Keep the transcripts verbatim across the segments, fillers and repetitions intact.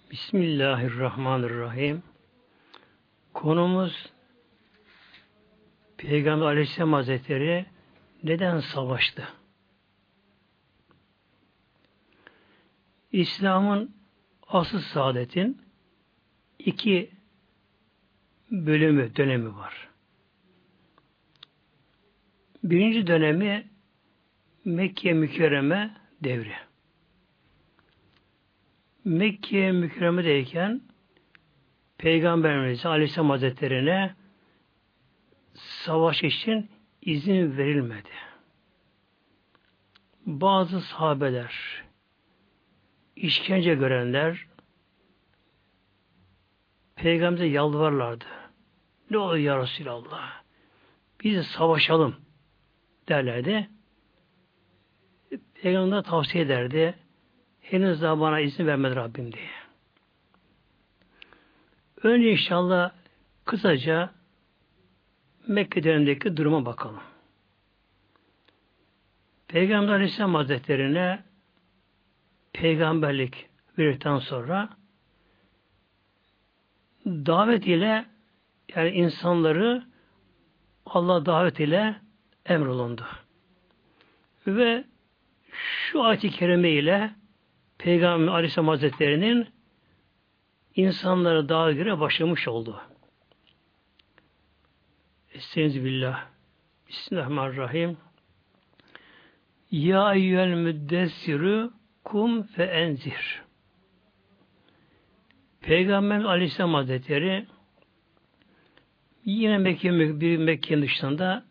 Bismillahirrahmanirrahim. Konumuz Peygamber Aleyhisselam Hazretleri neden savaştı? İslam'ın asıl saadetin iki bölümü, dönemi var. Birinci dönemi Mekke mükerreme devri. Mekke mükerremedeyken Peygamberimiz Aleyhisselam Hazretleri'ne savaş için izin verilmedi. Bazı sahabeler, işkence görenler Peygamber'e yalvarlardı. Ne olur ya Resulallah, biz savaşalım derlerdi. Peygamber tavsiye ederdi. Henüz daha bana izin vermedi Rabbim diye. Önce inşallah kısaca Mekke dönemindeki duruma bakalım. Peygamber Aleyhisselam Hazretleri'ne peygamberlik verdikten sonra davet ile, yani insanları Allah davet ile emrolundu. Ve şu ayet-i kerime ile Peygamber Aleyhisselam Hazretleri'nin insanlara davet göre başlamış oldu. Estağfirullah. Bismillahirrahmanirrahim. Ya eyyühel müddessirü kum fe enzir. Peygamber Aleyhisselam Hazretleri yine Mekke, bir Mekke'nin dışında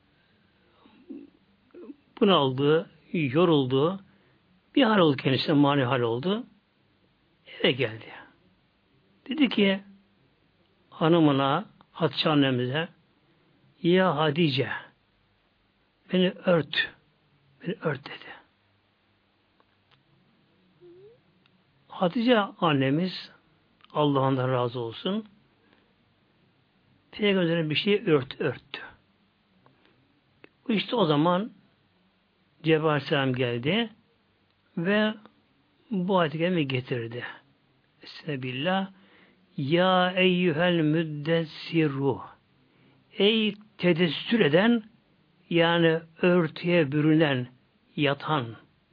bunaldı, yoruldu, bir hal oldu kendisine, mani hal oldu. Eve geldi. Dedi ki hanımına, Hatice annemize, ya Hatice, beni ört, beni ört dedi. Hatice annemiz, Allah'ından razı olsun, Peygamber'e bir şey örtü, örttü. İşte o zaman Cebrail Aleyhisselam geldi ve bu ayet-i kerimeyi getirdi. Estağfirullah. Ya eyyühel müddessiru. Ey tedessür eden, yani örtüye bürünen, yatan.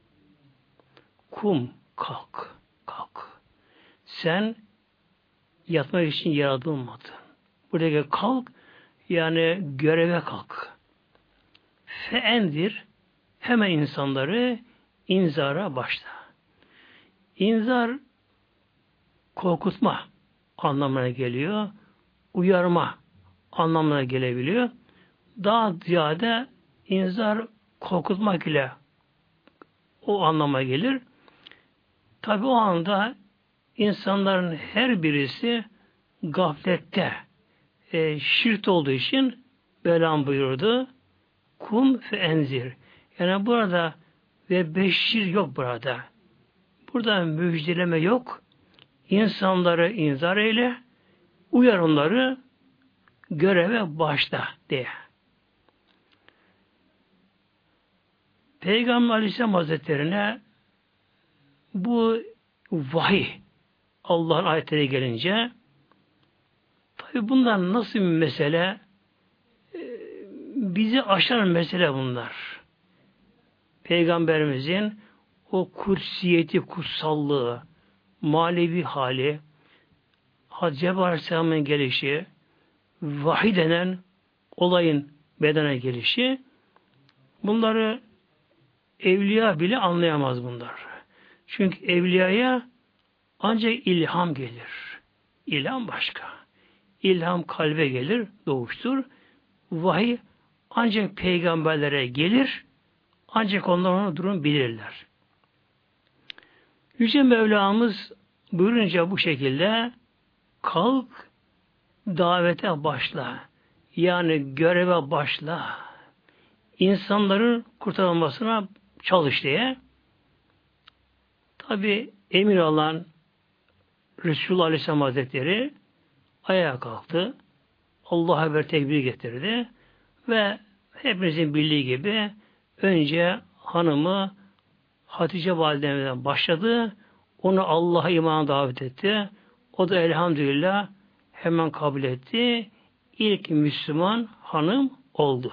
Kum, kalk, kalk. Sen yatmak için yaratılmadın. Buradaki kalk, yani göreve kalk. Feendir, hemen insanları inzara başla. İnzar korkutma anlamına geliyor. Uyarma anlamına gelebiliyor. Daha ziyade inzar korkutmak ile o anlama gelir. Tabi o anda insanların her birisi gaflette, e, şirk olduğu için Mevlam buyurdu. Kum fe enzir. Yani burada ve beşir yok burada. Burada müjdeleme yok. İnsanları inzar eyle, uyar onları, göreve başla diye. Peygamber Aleyhisselam Hazretleri'ne bu vahiy, Allah'ın ayetleri gelince, tabi bunlar nasıl bir mesele, bizi aşan mesele bunlar. Peygamberimizin o kutsiyeti, kutsallığı, manevi hali, Hz. Aleyhisselam'ın gelişi, vahiy denen olayın bedene gelişi, bunları evliya bile anlayamaz bunlar. Çünkü evliyaya ancak ilham gelir. İlham başka. İlham kalbe gelir, doğuştur. Vahiy ancak peygamberlere gelir, ancak onlar onu durum bilirler. Yüce Mevlamız buyurunca bu şekilde kalk, davete başla. Yani göreve başla. İnsanların kurtarılmasına çalış diye. Tabi emir alan Resulullah Aleyhisselam Hazretleri ayağa kalktı. Allah'a haber tekbir getirdi. Ve hepimizin bildiği gibi önce hanımı Hatice validemizden başladı. Onu Allah'a imana davet etti. O da elhamdülillah hemen kabul etti. İlk Müslüman hanım oldu.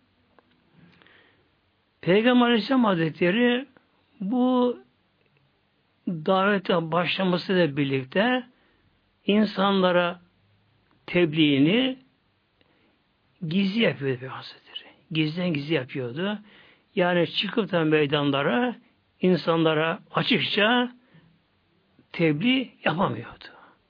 Peygamber Aleyhisselam Hazretleri bu davete başlamasıyla birlikte insanlara tebliğini gizli yapıyordu Peygamber Hazretleri. Gizliden gizli yapıyordu. Yani çıkıp da meydanlara insanlara açıkça tebliğ yapamıyordu.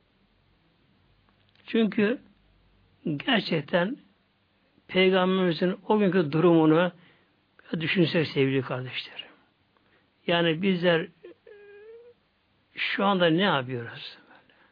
Çünkü gerçekten Peygamberimizin o günkü durumunu düşünsek sevgili kardeşlerim. Yani bizler şu anda ne yapıyoruz?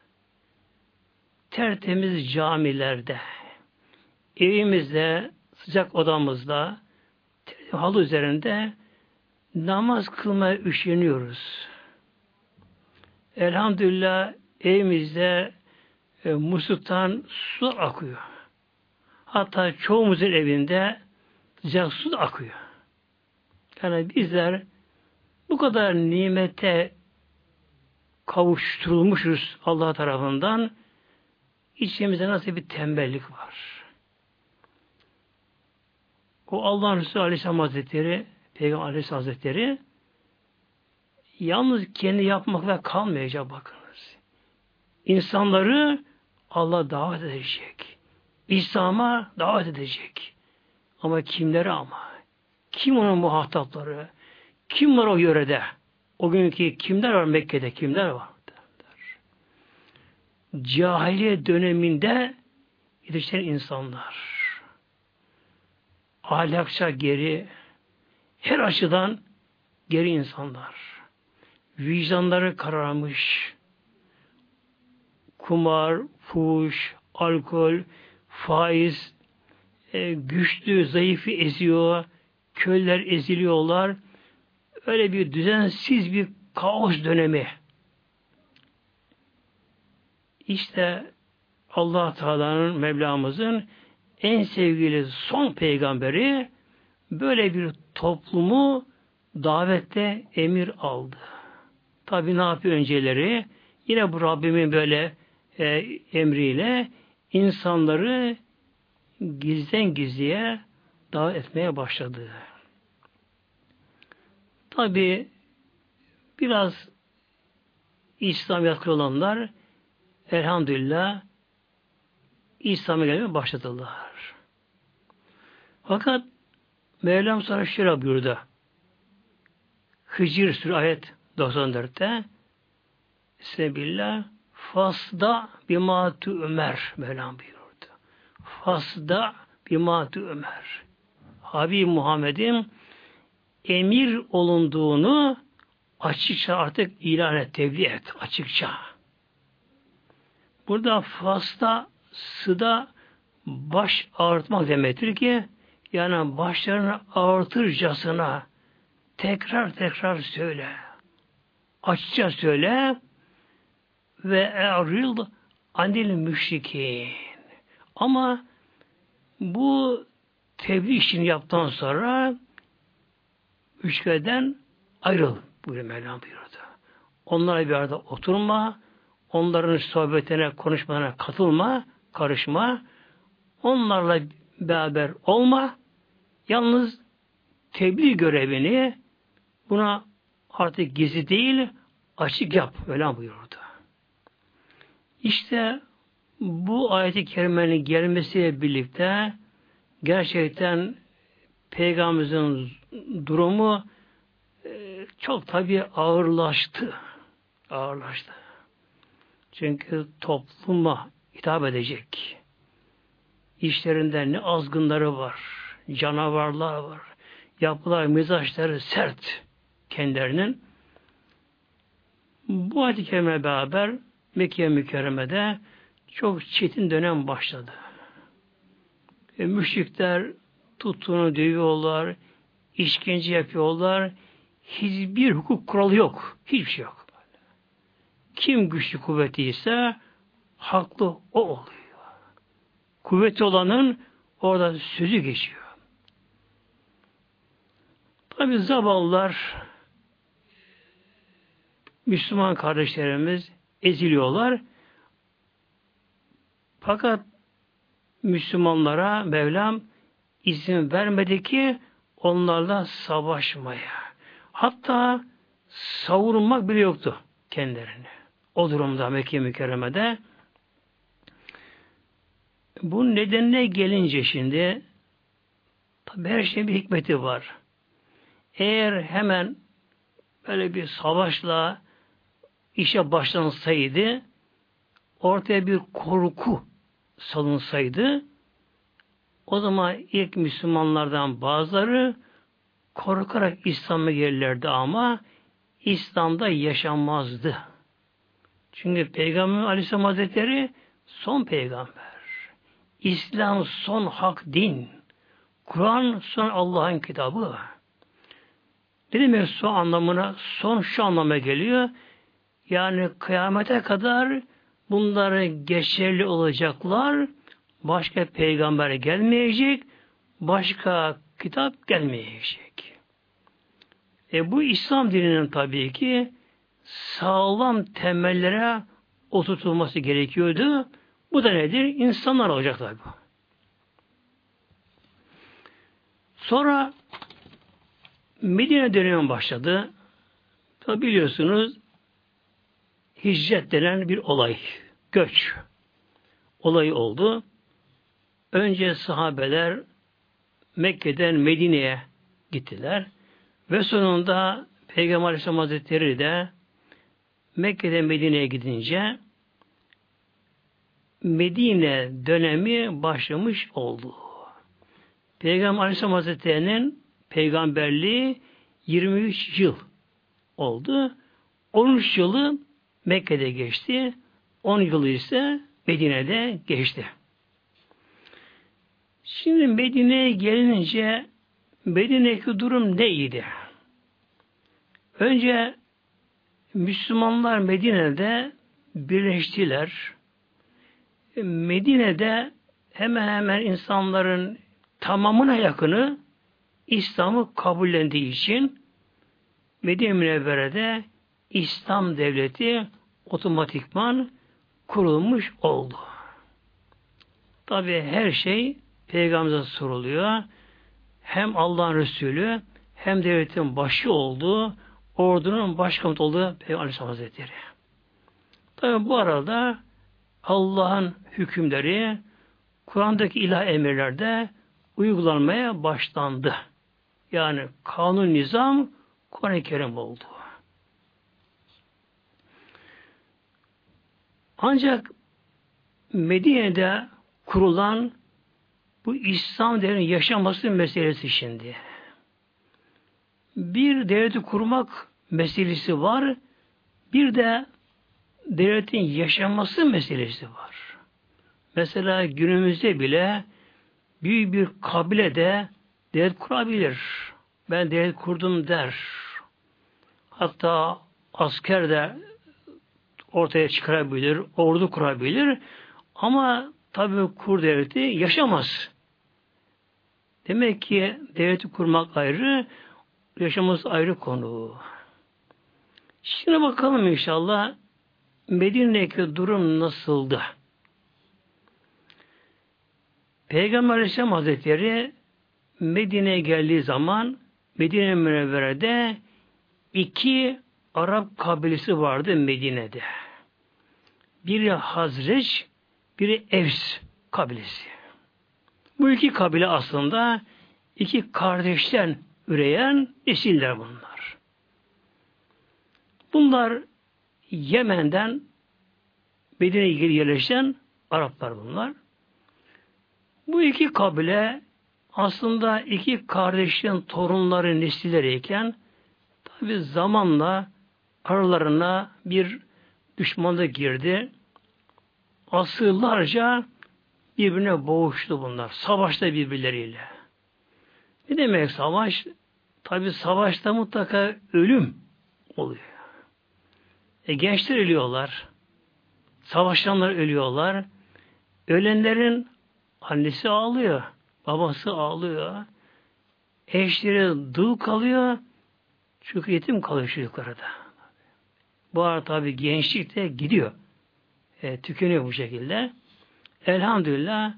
Tertemiz camilerde, evimizde, sıcak odamızda, halı üzerinde namaz kılmaya üşeniyoruz. Elhamdülillah evimizde e, musluktan su akıyor. Hatta çoğumuzun evinde sıcak su da akıyor. Yani bizler bu kadar nimete kavuşturulmuşuz Allah tarafından. İçimizde nasıl bir tembellik var. O Allah'ın Resulü Aleyhisselam Hazretleri, Peygamber Aleyhisselam Hazretleri yalnız kendi yapmakla kalmayacak bakınız. İnsanları Allah davet edecek. İslam'a davet edecek. Ama kimleri ama? Kim onun muhatapları? Kim var o yörede? O günkü kimler var Mekke'de? Kimler var? Cahiliye döneminde yetişen insanlar. Ahlakça geri, her açıdan geri insanlar. Vicdanları kararmış. Kumar, fuhuş, alkol, faiz, e, güçlü, zayıfı eziyor, köylüler eziliyorlar. Öyle bir düzensiz bir kaos dönemi. İşte Allah Teala'nın, Mevlamızın en sevgili son peygamberi böyle bir toplumu davette emir aldı. Tabi ne yapıyor önceleri? Yine bu Rabbimin böyle e, emriyle insanları gizden gizliye davet etmeye başladı. Tabi biraz İslam yatkın olanlar elhamdülillah İslam'a gelmeye başladılar. Fakat Mevlam sonra şöyle buyurdu. Hicr Suresi ayet doksan dörtte Sebillah fasda bimatu Ömer Mevlam buyurdu. Fasda bimatu Ömer. Habib Muhammed'in emir olunduğunu açıkça artık ilan et, tebliğ et açıkça. Burada fasda sıda baş ağırtmak demektir ki yani başlarını ağırtırcasına tekrar tekrar söyle. Açıkça söyle ve e'ril anil müşrikin. Ama bu tebliğ işini yaptıktan sonra müşriklerden ayrıl buyuruyor Mevlam buyurdu. Onlara bir arada oturma, onların sohbetine, konuşmalarına katılma, karışma, onlarla beraber olma, yalnız tebliğ görevini buna artık gizli değil, açık yap. Öyle buyurdu. İşte bu ayet-i kerimenin gelmesiyle birlikte gerçekten Peygamberimizin durumu çok tabii ağırlaştı. Ağırlaştı. Çünkü topluma hitap edecek. İşlerinde ne azgınları var, canavarlar var. Yapılar, mizaçları sert kendilerinin. Bu ayet-i kerime beraber Mekke mükerremede çok çetin dönem başladı. E, müşrikler tuttuğunu dövüyorlar, işkence yapıyorlar. Hiçbir hukuk kuralı yok. Hiçbir şey yok. Kim güçlü kuvvetliyse haklı o oluyor. Kuvvetli olanın orada sözü geçiyor. Tabi zavallılar Müslüman kardeşlerimiz eziliyorlar. Fakat Müslümanlara Mevlam izin vermedi ki onlarla savaşmaya. Hatta savurmak bile yoktu kendilerini. O durumda Mekke mükerremede. Bu nedenine gelince şimdi tabi her şeyin bir hikmeti var. Eğer hemen böyle bir savaşla işe başlansaydı, ortaya bir korku salınsaydı, o zaman ilk Müslümanlardan bazıları korkarak İslam'a gelirlerdi ama İslam'da yaşanmazdı. Çünkü Peygamber Aleyhisselam Hazretleri son peygamber. İslam son hak din. Kur'an son Allah'ın kitabı. Ne demek son anlamına? Son şu anlama geliyor. Yani kıyamete kadar bunları geçerli olacaklar. Başka peygamber gelmeyecek. Başka kitap gelmeyecek. E bu İslam dininin tabii ki sağlam temellere oturtulması gerekiyordu. Bu da nedir? İnsanlar olacak tabii. Sonra Medine dönemi başladı. Tabi biliyorsunuz hicret denen bir olay. Göç olayı oldu. Önce sahabeler Mekke'den Medine'ye gittiler. Ve sonunda Peygamber Aleyhisselam Hazretleri de Mekke'den Medine'ye gidince Medine dönemi başlamış oldu. Peygamber Aleyhisselam Hazretleri'nin peygamberliği yirmi üç yıl oldu. on üç yılı Mekke'de geçti. on yılı ise Medine'de geçti. Şimdi Medine'ye gelince Medine'deki durum neydi? Önce Müslümanlar Medine'de birleştiler. Medine'de hemen hemen insanların tamamına yakını İslam'ı kabullendiği için Medine Münevvere'de İslam devleti otomatikman kurulmuş oldu. Tabi her şey Peygamber'e soruluyor. Hem Allah'ın Resulü hem devletin başı olduğu, ordunun başkomutanı olduğu Peygamber Aleyhisselam Hazretleri. Tabi bu arada Allah'ın hükümleri Kur'an'daki ilah emirlerde uygulanmaya başlandı. Yani kanun nizam Kur'an-ı Kerim oldu. Ancak Medine'de kurulan bu İslam devletinin yaşaması meselesi şimdi. Bir devleti kurmak meselesi var. Bir de devletin yaşaması meselesi var. Mesela günümüzde bile büyük bir kabile de devlet kurabilir. Ben devlet kurdum der. Hatta asker de ortaya çıkarabilir, ordu kurabilir. Ama tabii kur devleti yaşamaz. Demek ki devleti kurmak ayrı, yaşaması ayrı konu. Şimdi bakalım inşallah Medine'deki durum nasıldı? Peygamber Aleyhisselam Hazretleri Medine'ye geldiği zaman Medine Münevvere'de iki Arap kabilesi vardı Medine'de. Biri Hazreç, biri Evs kabilesi. Bu iki kabile aslında iki kardeşten üreyen nesiller bunlar. Bunlar Yemen'den Medine'ye yerleşen Araplar bunlar. Bu iki kabile aslında iki kardeşin torunları nesilleriyken tabi zamanla aralarına bir düşmanlık girdi. Asırlarca birbirine boğuştu bunlar. Savaşta birbirleriyle. Ne demek savaş? Tabi savaşta mutlaka ölüm oluyor. E, gençler ölüyorlar. Savaşanlar ölüyorlar. Ölenlerin annesi ağlıyor. Babası ağlıyor. Eşleri dul kalıyor. Çünkü yetim kalıyor yukarıda. Bu arada tabi gençlik de gidiyor. E, tükeniyor bu şekilde. Elhamdülillah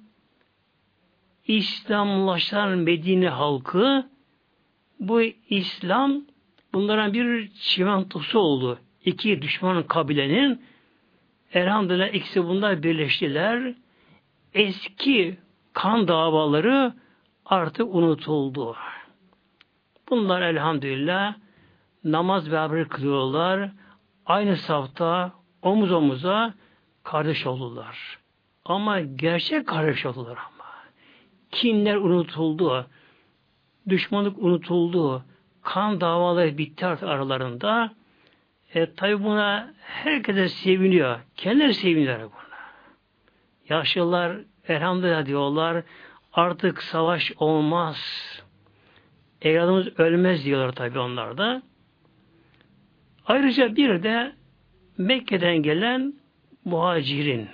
İslamlaşan Medine halkı bu İslam bunların bir çimentosu oldu. İki düşman kabilenin elhamdülillah ikisi bunlar birleştiler. Eski kan davaları artık unutuldu. Bunlar elhamdülillah namaz beraber kılıyorlar. Aynı safta omuz omuza kardeş oldular. Ama gerçek kardeş oldular ama. Kinler unutuldu. Düşmanlık unutuldu. Kan davaları bitti artık aralarında. E, tabi buna herkese seviniyor. Kendileri seviniyorlar buna. Yaşlılar elhamdülillah diyorlar. Artık savaş olmaz. Evladımız ölmez diyorlar tabi onlar da. Ayrıca bir de Mekke'den gelen muhacirin.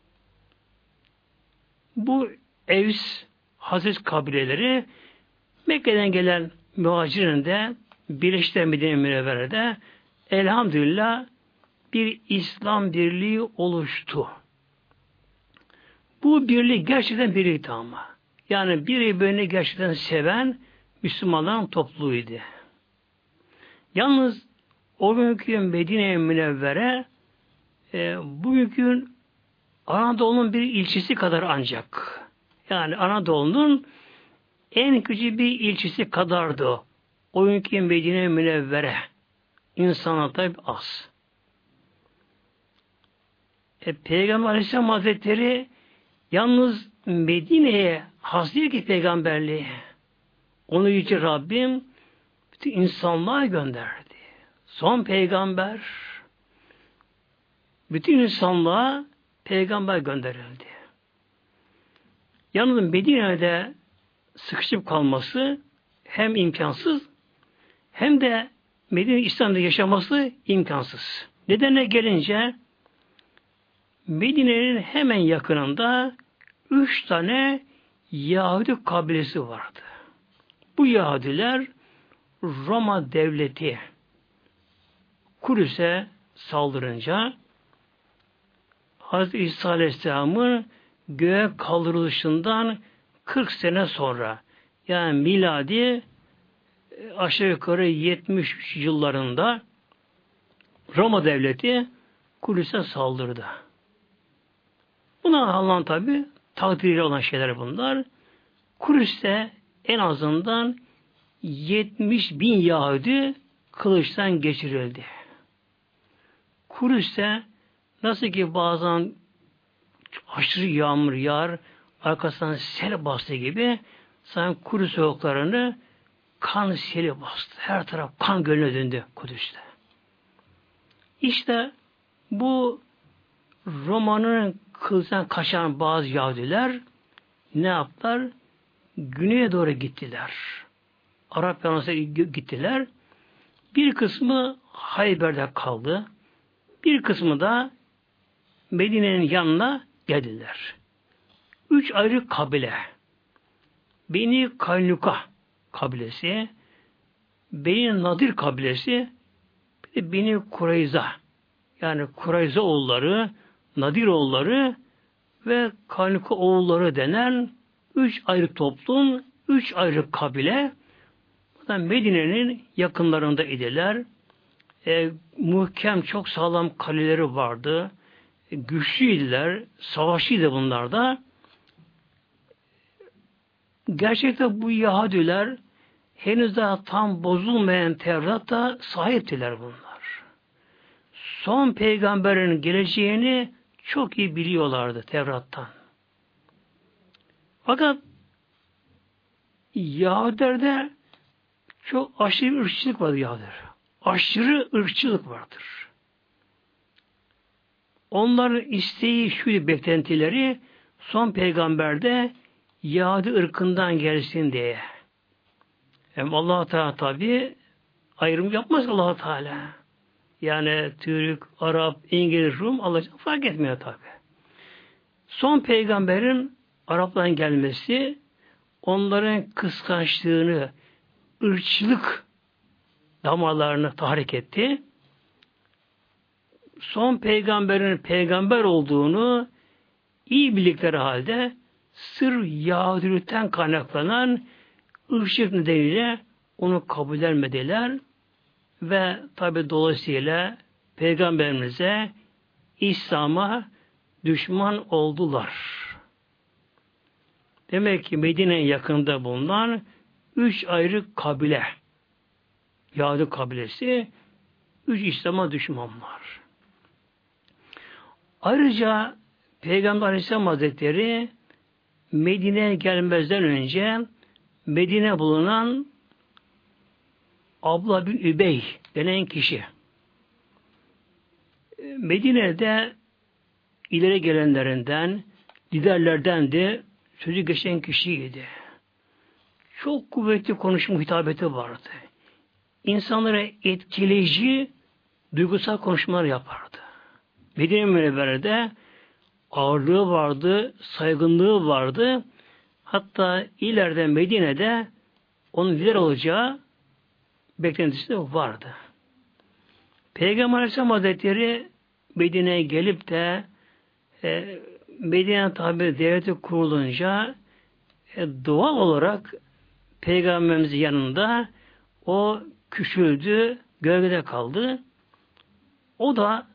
Bu Evs, Hazret kabileleri Mekke'den gelen muhacirin de Birleşik Medine Münevvere'de elhamdülillah bir İslam birliği oluştu. Bu birlik gerçekten birlikti ama. Yani biri birini gerçekten seven Müslümanların topluluğuydu. Yalnız o günkü Medine-i Münevvere e, bugünkü Anadolu'nun bir ilçesi kadar ancak. Yani Anadolu'nun en küçük bir ilçesi kadardı. O günkü Medine-i Münevvere. İnsanlar tabi az. E, Peygamber Aleyhisselam Hazretleri yalnız Medine'ye has değil ki peygamberliği. Onu Yüce Rabbim bütün insanlığa gönderdi. Son peygamber bütün insanlığa peygamber gönderildi. Yalnız Medine'de sıkışıp kalması hem imkansız hem de Medine İslam'da yaşaması imkansız. Nedene gelince Medine'nin hemen yakınında üç tane Yahudi kabilesi vardı. Bu Yahudiler Roma devleti Kudüs'e saldırınca Hazreti İsa Aleyhisselam'ın göğe kaldırılışından kırk sene sonra yani miladi aşağı yukarı yetmiş yıllarında Roma devleti Kudüs'e saldırdı. Buna Allah'ın tabi takdiriyle olan şeyler bunlar. Kudüs'te en azından yetmiş bin Yahudi kılıçtan geçirildi. Kudüs'te nasıl ki bazen aşırı yağmur yağar, arkasından sel bastı gibi sanki Kudüs sokaklarını kan seli bastı. Her taraf kan gölüne döndü Kudüs'te. İşte bu Roma'nın kılıçtan kaçan bazı Yahudiler ne yaptılar? Güneye doğru gittiler. Arap Yarımadası'na gittiler. Bir kısmı Hayber'de kaldı. Bir kısmı da Medine'nin yanına geldiler. Üç ayrı kabile. Beni Kaynuka kabilesi, Beni Nadir kabilesi, bir de Beni Kureyza. Yani Kureyza oğulları, Nadir oğulları ve Kaynuka oğulları denen üç ayrı toplum, üç ayrı kabile Medine'nin yakınlarında idiler. E, muhkem, çok sağlam kaleleri vardı. E, güçlüydüler, savaşçıydı bunlar da. Gerçekten bu Yahudiler henüz daha tam bozulmayan Tevrat'a sahiptiler bunlar. Son peygamberin geleceğini çok iyi biliyorlardı Tevrat'tan. Fakat Yahudilerde çok aşırı ırkçılık vardır Yahudiler. Aşırı ırkçılık vardır. Onların isteği şuydu, beklentileri son peygamberde Yahudi ırkından gelsin diye. Hem Allah Teala tabi ayrım yapmaz Allah Teala. Yani Türk, Arap, İngiliz, Rum Allah fark etmiyor tabi. Son peygamberin Arap'tan gelmesi onların kıskançlığını, ırkçılık damarlarını tahrik etti. son peygamberin peygamber olduğunu iyi bildikleri halde sır Yahudilikten kaynaklanan ırkçılık nedeniyle onu kabul etmediler ve tabi dolayısıyla peygamberimize, İslam'a düşman oldular. Demek ki Medine'nin yakında bulunan üç ayrı kabile, Yahudi kabilesi, üç İslam'a düşmanlar. Ayrıca Peygamber Aleyhisselam Hazretleri Medine'ye gelmezden önce Medine bulunan Abla bin Übey denen kişi Medine'de ileri gelenlerinden, liderlerden de sözü geçen kişiydi. Çok kuvvetli konuşma hitabeti vardı. İnsanlara etkileyici, duygusal konuşmalar yapardı. Medine Münevvere'de ağırlığı vardı, saygınlığı vardı. Hatta ileride Medine'de onun lider olacağı beklentisi de vardı. Peygamber Aleyhisselam Hazretleri Medine'ye gelip de e, Medine tabi devleti kurulunca e, doğal olarak Peygamberimizin yanında o küçüldü, gölgede kaldı. O da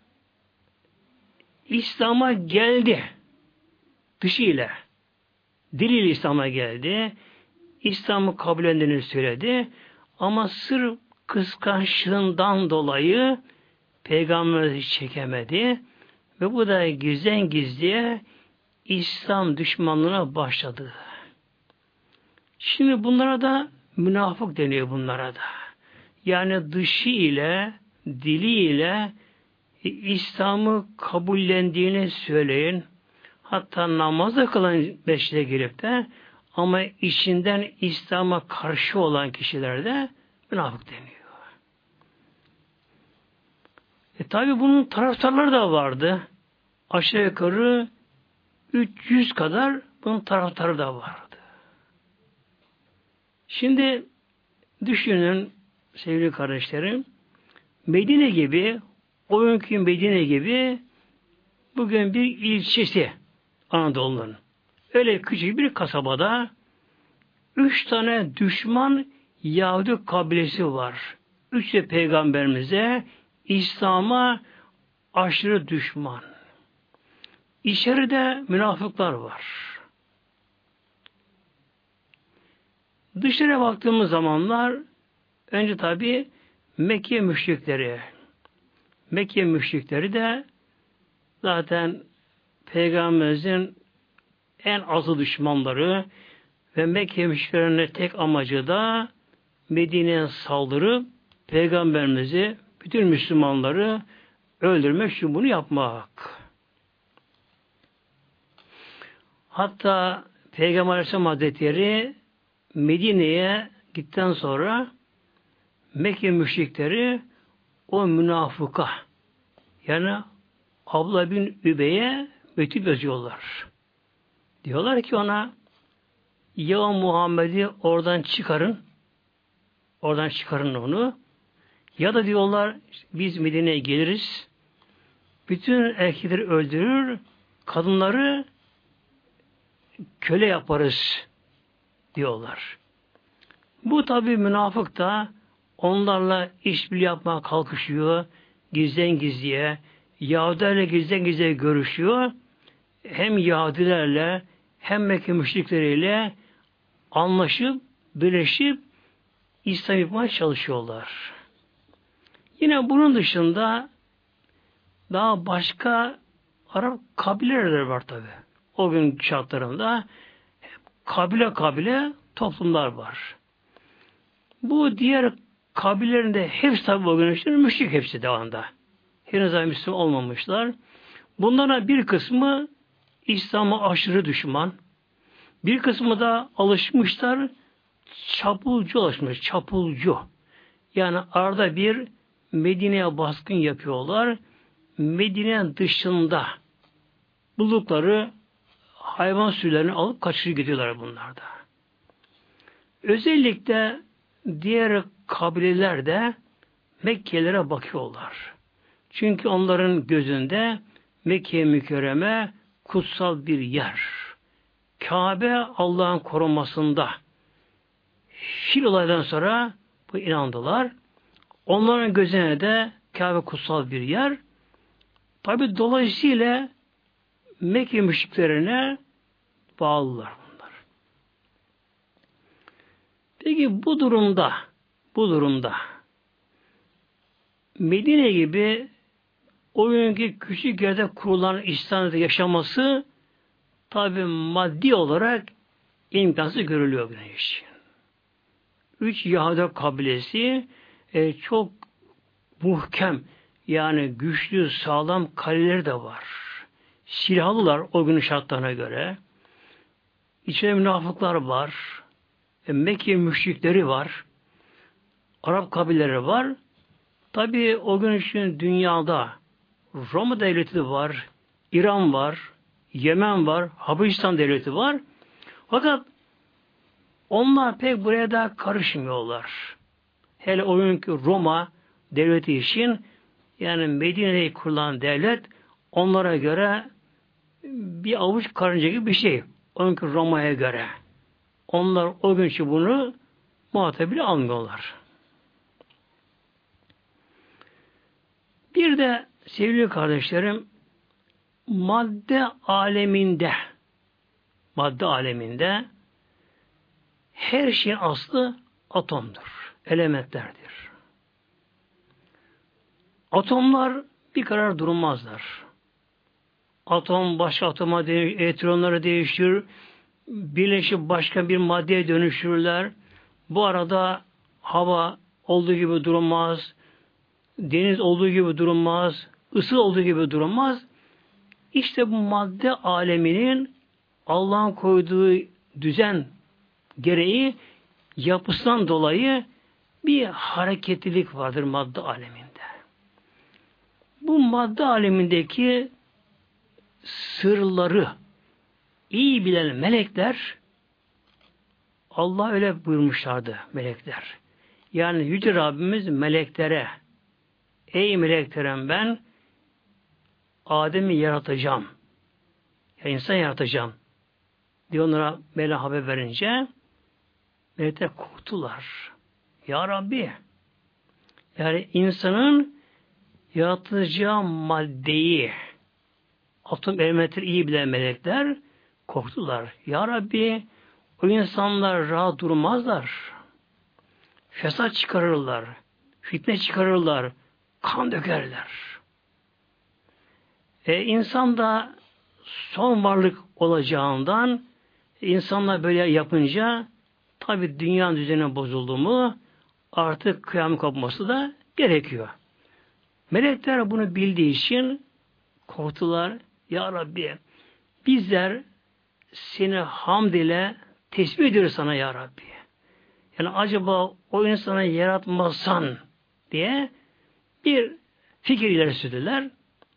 İslam'a geldi. Dışıyla. Diliyle İslam'a geldi. İslam'ı kabul edildiğini söyledi. Ama sırf kıskançlığından dolayı Peygamberimizi çekemedi. Ve bu da gizlen gizliye İslam düşmanlığına başladı. Şimdi bunlara da münafık deniyor bunlara da. Yani dışı ile, dili ile İslam'ı kabullendiğini söyleyin. Hatta namazda kılan beşte girip de ama içinden İslam'a karşı olan kişilerde münafık deniyor. E tabi bunun taraftarları da vardı. Aşağı yukarı üç yüz kadar bunun taraftarı da vardı. Şimdi düşünün sevgili kardeşlerim, Medine gibi, o günkü Medine gibi bugün bir ilçesi Anadolu'nun. Öyle küçük bir kasabada üç tane düşman Yahudi kabilesi var. Üç de peygamberimize, İslam'a aşırı düşman. İçeride münafıklar var. Dışarıya baktığımız zamanlar önce tabi Mekke müşrikleri. Mekke müşrikleri de zaten Peygamberimizin en azı düşmanları ve Mekke müşriklerinin tek amacı da Medine'ye saldırıp Peygamberimizi, bütün Müslümanları öldürmek, şu bunu yapmak. Hatta Peygamber Aleyhisselam Hazretleri Medine'ye gittikten sonra Mekke müşrikleri o münafıka, yani Abla bin Übey'e mektup yazıyorlar. Diyorlar ki ona, ya Muhammed'i oradan çıkarın, oradan çıkarın onu, ya da diyorlar biz Medine'ye geliriz, bütün erkekleri öldürür, kadınları köle yaparız diyorlar. Bu tabi münafık da onlarla işbirliği yapmaya kalkışıyor, gizlen gizliye, Yahudilerle gizlen gizliye görüşüyor. Hem Yahudilerle hem Mekke müşrikleriyle anlaşıp, birleşip İslam yapmaya çalışıyorlar. Yine bunun dışında daha başka Arap kabileler var tabi. O gün şartlarında kabile kabile toplumlar var. Bu diğer kabilelerin de hepsi tabi o gün için müşrik hepsi devamında. Henüz daha Müslüman olmamışlar. Bunlara bir kısmı İslam'a aşırı düşman. Bir kısmı da alışmışlar, çapulcu alışmış, çapulcu. Yani arada bir Medine'ye baskın yapıyorlar. Medine dışında buldukları hayvan sürülerini alıp kaçırıp gidiyorlar bunlarda. Özellikle diğer kabileler de Mekkelilere bakıyorlar. Çünkü onların gözünde Mekke-i Mükerreme kutsal bir yer. Kabe Allah'ın korumasında. Fil olaydan sonra bu inandılar. Onların gözüne de Kabe kutsal bir yer. Tabi dolayısıyla Mekke müşriklerine bağlılar bunlar. Peki bu durumda bu durumda Medine gibi o günkü küçük yerde kurulan İslam'da yaşaması tabi maddi olarak imkansız görülüyor bir iş. Üç Yahudi kabilesi e, çok muhkem yani güçlü, sağlam kaleleri de var. Silahlılar o günün şartlarına göre. İçinde münafıklar var. E, Mekke müşrikleri var. Arap kabileleri var. Tabi o gün için dünyada Roma devleti var, İran var, Yemen var, Habeşistan devleti var. Fakat onlar pek buraya da karışmıyorlar. Hele o günkü Roma devleti için yani Medine'yi kurulan devlet onlara göre bir avuç karınca gibi bir şey. O günkü Roma'ya göre. Onlar o gün için bunu muhatap bile almıyorlar. Bir de sevgili kardeşlerim madde aleminde madde aleminde her şeyin aslı atomdur. Elementlerdir. Atomlar bir karar durmazlar. Atom başka atoma değişir, elektronları değişir, birleşip başka bir maddeye dönüşürler. Bu arada hava olduğu gibi durmaz, deniz olduğu gibi durmaz, ısı olduğu gibi durmaz. İşte bu madde aleminin Allah'ın koyduğu düzen gereği yapısından dolayı bir hareketlilik vardır madde aleminde. Bu madde alemindeki sırları iyi bilen melekler Allah öyle buyurmuşlardı melekler. Yani Yüce Rabbimiz meleklere ey meleklerim ben Adem'i yaratacağım. Ya insan yaratacağım diye onlara Mevla haber verince melekler korktular. Ya Rabbi yani insanın yaratacağı maddeyi atom elementleri iyi bilen melekler korktular. Ya Rabbi o insanlar rahat durmazlar. Fesat çıkarırlar. Fitne çıkarırlar. Kan dökerler. E, insan da son varlık olacağından insanlar böyle yapınca tabi dünya düzeni bozuldu mu artık kıyamet kopması da gerekiyor. Melekler bunu bildiği için korktular. Ya Rabbi bizler seni hamd ile tesbih ediyoruz sana ya Rabbi. Yani acaba o insanı yaratmazsan diye bir fikir ileri sürdüler.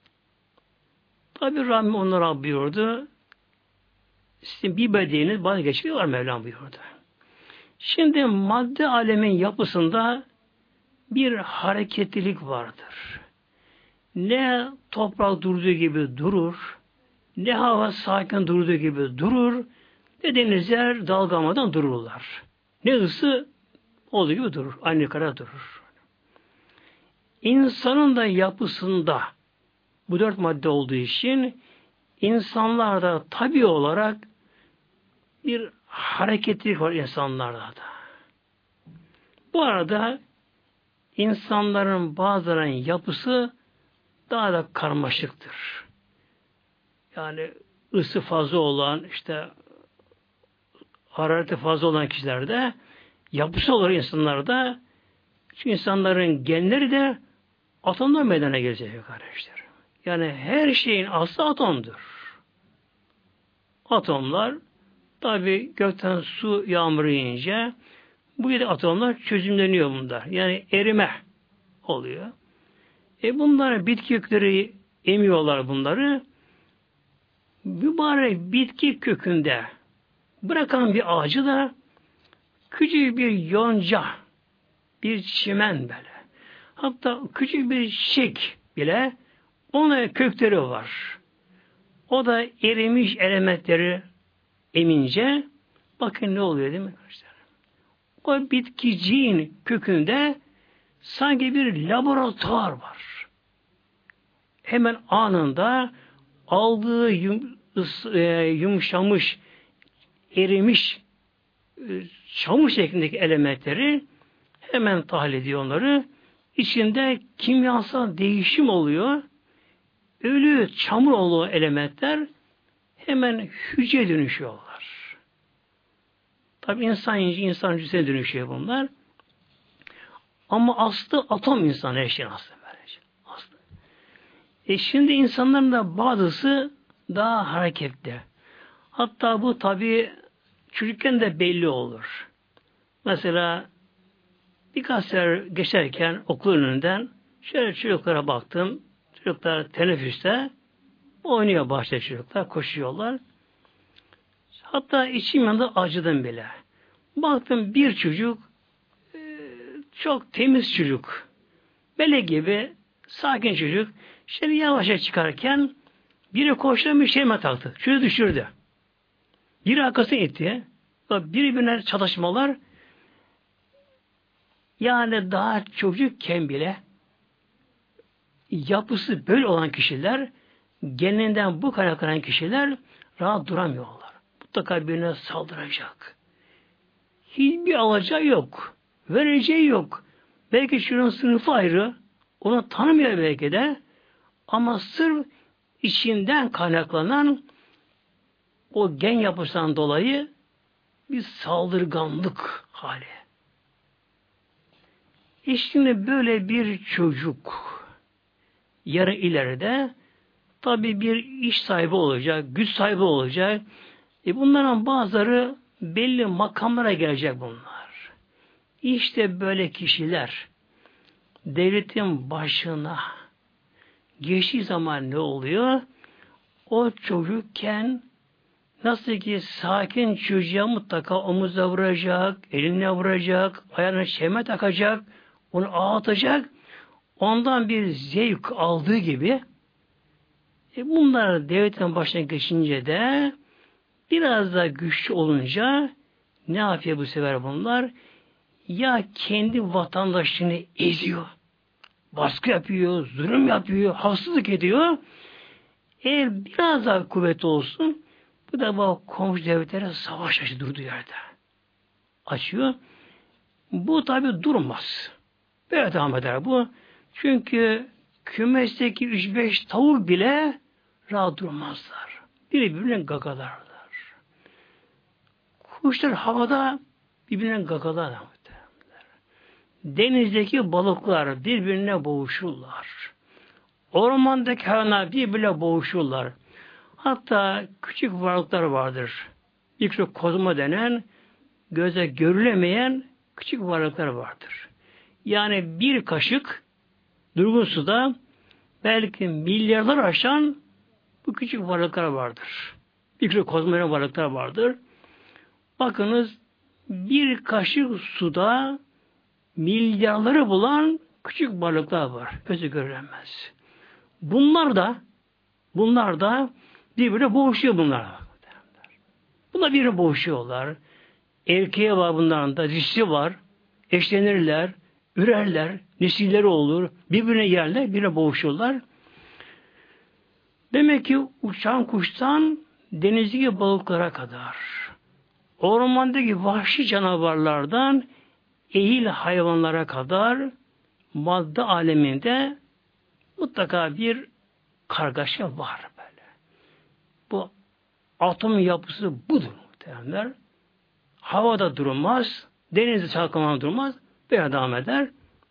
Tabi Rabbim onlara buyurdu. Sizin bir bedeniniz vazgeçmeyi var Mevlam buyurdu. Şimdi madde alemin yapısında bir hareketlilik vardır. Ne toprak durduğu gibi durur, ne hava sakin durduğu gibi durur, ne denizler dalgamadan dururlar. Ne ısı olduğu gibi durur, aynı kadar durur. İnsanın da yapısında bu dört madde olduğu için insanlarda tabii olarak bir hareketlilik var insanlarda da. Bu arada insanların bazılarının yapısı daha da karmaşıktır. Yani ısı fazla olan, işte harareti fazla olan kişilerde yapısı olarak insanlarda şu insanların genleri de atomlar meydana gelecek kardeşler. Yani her şeyin aslı atomdur. Atomlar tabi gökten su yağmuru yiyince bu yedi atomlar çözümleniyor bunlar. Yani erime oluyor. E bunlar bitki kökleri emiyorlar bunları. Mübarek bitki kökünde bırakan bir ağacı da küçük bir yonca, bir çimen böyle. Hatta küçük bir çiçek bile onun kökleri var. O da erimiş elementleri emince bakın ne oluyor değil mi arkadaşlar? O bitkiciğin kökünde sanki bir laboratuvar var. Hemen anında aldığı yum, ıs, e, yumuşamış, erimiş e, çamur şeklindeki elementleri hemen tahlil ediyor onları. İçinde kimyasal değişim oluyor. Ölü çamur olduğu elementler hemen hücreye dönüşüyorlar. Tabi insan insan hücresine dönüşüyor bunlar. Ama aslı atom insan her şeyin aslı böylece. Aslı. E şimdi insanların da bazısı daha hareketli. Hatta bu tabi çocukken de belli olur. Mesela birkaç sefer geçerken okul önünden şöyle çocuklara baktım. Çocuklar teneffüste oynuyor bahçede çocuklar, koşuyorlar. Hatta içim yanında acıdım bile. Baktım bir çocuk çok temiz çocuk. Melek gibi sakin çocuk. Şöyle yavaşça çıkarken biri koşlamış şeyime taktı. Şöyle düşürdü. Biri arkasına itti. Birbirine çatışmalar. Yani daha çocukken bile yapısı böyle olan kişiler, genliğinden bu kaynaklanan kişiler rahat duramıyorlar. Mutlaka birine saldıracak. Hiçbir alacağı yok. Vereceği yok. Belki şunun sınıfı ayrı. Onu tanımıyor belki de. Ama sırf içinden kaynaklanan o gen yapısından dolayı bir saldırganlık hali. İşte böyle bir çocuk yarın ileride tabi bir iş sahibi olacak, güç sahibi olacak. E bunların bazıları belli makamlara gelecek bunlar. İşte böyle kişiler devletin başına geçtiği zaman ne oluyor? O çocukken nasıl ki sakin çocuğa mutlaka omuza vuracak, eline vuracak, ayağına çelme takacak, onu ağlatacak, ondan bir zevk aldığı gibi e bunlar devletin başına geçince de biraz da güçlü olunca ne yapıyor bu sefer bunlar? Ya kendi vatandaşını eziyor, baskı yapıyor, zulüm yapıyor, haksızlık ediyor. Eğer biraz daha kuvvetli olsun, bu da bu komşu devletlere savaş açı durduğu yerde açıyor. Bu tabi durmaz. Böyle devam eder bu. Çünkü kümesteki üç beş tavuk bile rahat durmazlar. Birbirine gagalarlar. Kuşlar havada birbirine gagalarlar. Denizdeki balıklar birbirine boğuşurlar. Ormandaki hayvanlar birbirine boğuşurlar. Hatta küçük varlıklar vardır. Mikrokozma denen göze görülemeyen küçük varlıklar vardır. Yani bir kaşık durgun suda belki milyarlar aşan bu küçük varlıklar vardır. Mikrokozma denen varlıklar vardır. Bakınız bir kaşık suda milyarları bulan küçük varlıklar var. Gözü görülemez. Bunlar da bunlar da birbirine boğuşuyor bunlar. Bunlar birbirine boğuşuyorlar. Erkeğe var bunların da, dişisi var. Eşlenirler, ürerler, nesilleri olur. Birbirine yerler, birbirine boğuşuyorlar. Demek ki uçan kuştan denizdeki balıklara kadar, ormandaki vahşi canavarlardan ehil hayvanlara kadar madde aleminde mutlaka bir kargaşa var böyle. Bu atom yapısı budur muhtemelenler. Havada durmaz, denizde çalkalan durmaz, böyle devam eder.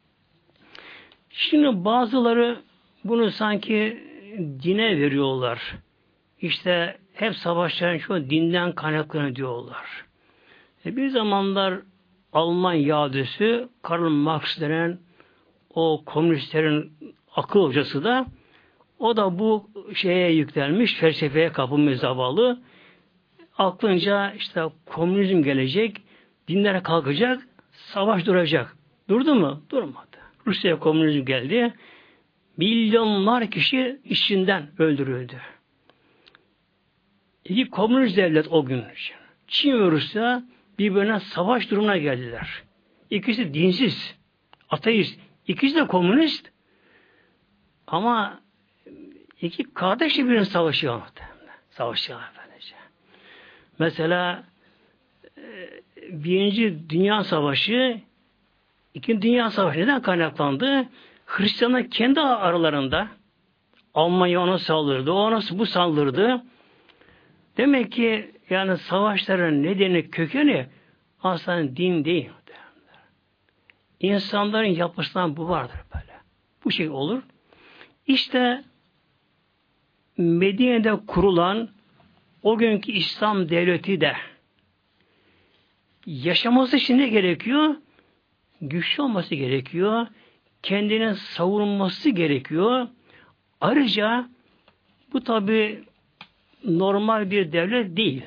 Şimdi bazıları bunu sanki dine veriyorlar. İşte hep savaşların çoğu dinden kaynaklanıyor diyorlar. E bir zamanlar Alman yadüsü Karl Marx denen o komünistlerin akıl hocası da o da bu şeye yüklenmiş, felsefeye kapılmış zavallı. Aklınca işte komünizm gelecek, dinlere kalkacak, savaş duracak. Durdu mu? Durmadı. Rusya'ya komünizm geldi. Milyonlar kişi işinden öldürüldü. İki komünist devlet o gün. Çin ve Rusya birbirine savaş durumuna geldiler. İkisi dinsiz, ateist, ikisi de komünist. Ama iki kardeş birbirine savaşıyor. Savaşıyorlar böylece. Mesela Birinci Dünya Savaşı, İkinci Dünya Savaşı neden kaynaklandı? Hristiyanlar kendi aralarında Almanya ona saldırdı, o ona bu saldırdı. Demek ki yani savaşların nedeni, kökeni aslında din değil. İnsanların yapısından bu vardır böyle. Bu şey olur. İşte Medine'de kurulan o günkü İslam devleti de yaşaması için ne gerekiyor? Güçlü olması gerekiyor. Kendini savunması gerekiyor. Ayrıca bu tabi normal bir devlet değil.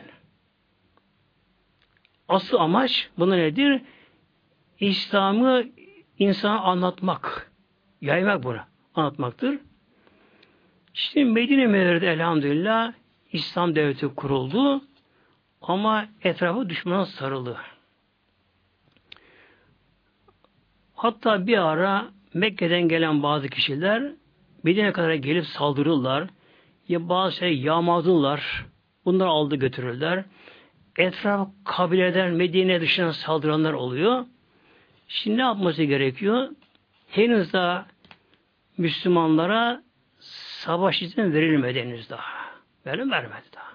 Asıl amaç bunu nedir? İslam'ı insana anlatmak, yaymak bunu, anlatmaktır. İşte Medine Münevvere'de elhamdülillah İslam devleti kuruldu ama etrafı düşmana sarıldı. Hatta bir ara Mekke'den gelen bazı kişiler Medine'ye kadar gelip saldırırlar. Ya bazı şey yağmaladılar. Bunları aldı götürürler. Etraf kabileden Medine dışına saldıranlar oluyor. Şimdi ne yapması gerekiyor? Henüz daha Müslümanlara savaş izin verilmedi henüz daha. Verilmedi vermedi daha.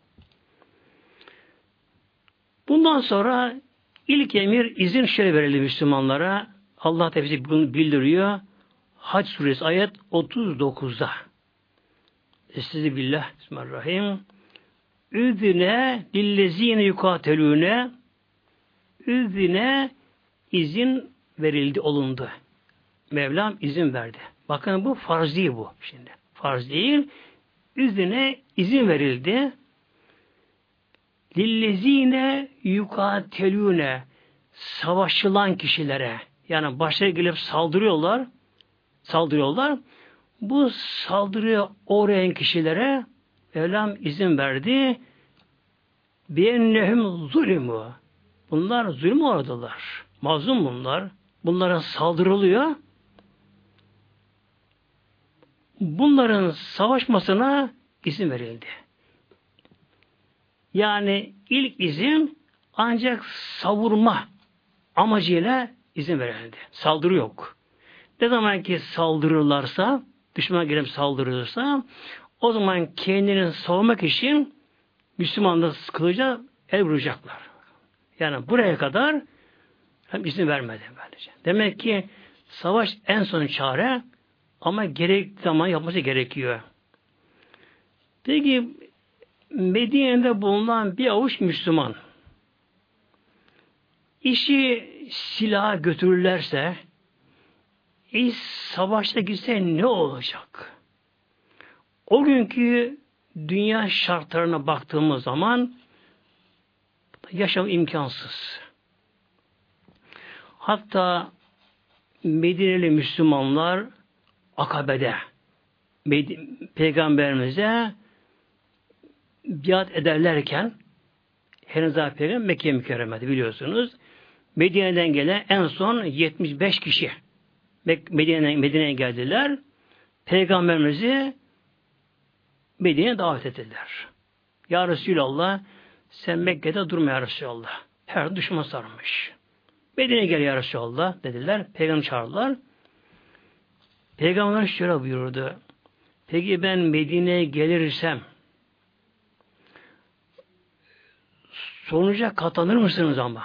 Bundan sonra ilk emir izin şöyle verildi Müslümanlara. Allah Teala bunu bildiriyor. Hac suresi ayet otuz dokuzda. Estaizu billah. Bismillahirrahmanirrahim. Üzine lillezine yukatelune Üzine izin verildi, olundu. Mevlam izin verdi. Bakın bu farz değil bu şimdi. Farz değil. Üzerine izin verildi. Lillezine yukatelune savaşılan kişilere, yani başları gelip saldırıyorlar. Saldırıyorlar. Bu saldırıya uğrayan kişilere Mevlam izin verdi. Biennehum zulümü. Bunlar zulüm oradalar. Mazlum bunlar. Bunlara saldırılıyor. Bunların savaşmasına izin verildi. Yani ilk izin ancak savurma amacıyla izin verildi. Saldırı yok. Ne zaman ki saldırırlarsa, düşman gelip saldırırsa, o zaman kendini savunmak için Müslümanlar kılıca el vuracaklar. Yani buraya kadar hem izin vermedi böylece. Demek ki savaş en son çare ama gerekli zaman yapması gerekiyor. Peki Medine'de bulunan bir avuç Müslüman işi silaha götürürlerse iş savaşta gitse ne olacak? O günkü dünya şartlarına baktığımız zaman yaşam imkansız. Hatta Medineli Müslümanlar Akabe'de Peygamberimize biat ederlerken henüz daha Peygamber Mekke mükerremedi biliyorsunuz. Medine'den gelen en son yetmiş beş kişi Medine'ye Medine'ye geldiler. Peygamberimizi Medine'ye davet ettiler. Ya Resulallah sen Mekke'de durma ya Resulallah. Her düşman sarmış. Medine'ye gel ya Resulallah dediler. Peygamber çağırdılar. Peygamber şöyle buyurdu. Peki ben Medine'ye gelirsem sonuca katlanır mısınız ama?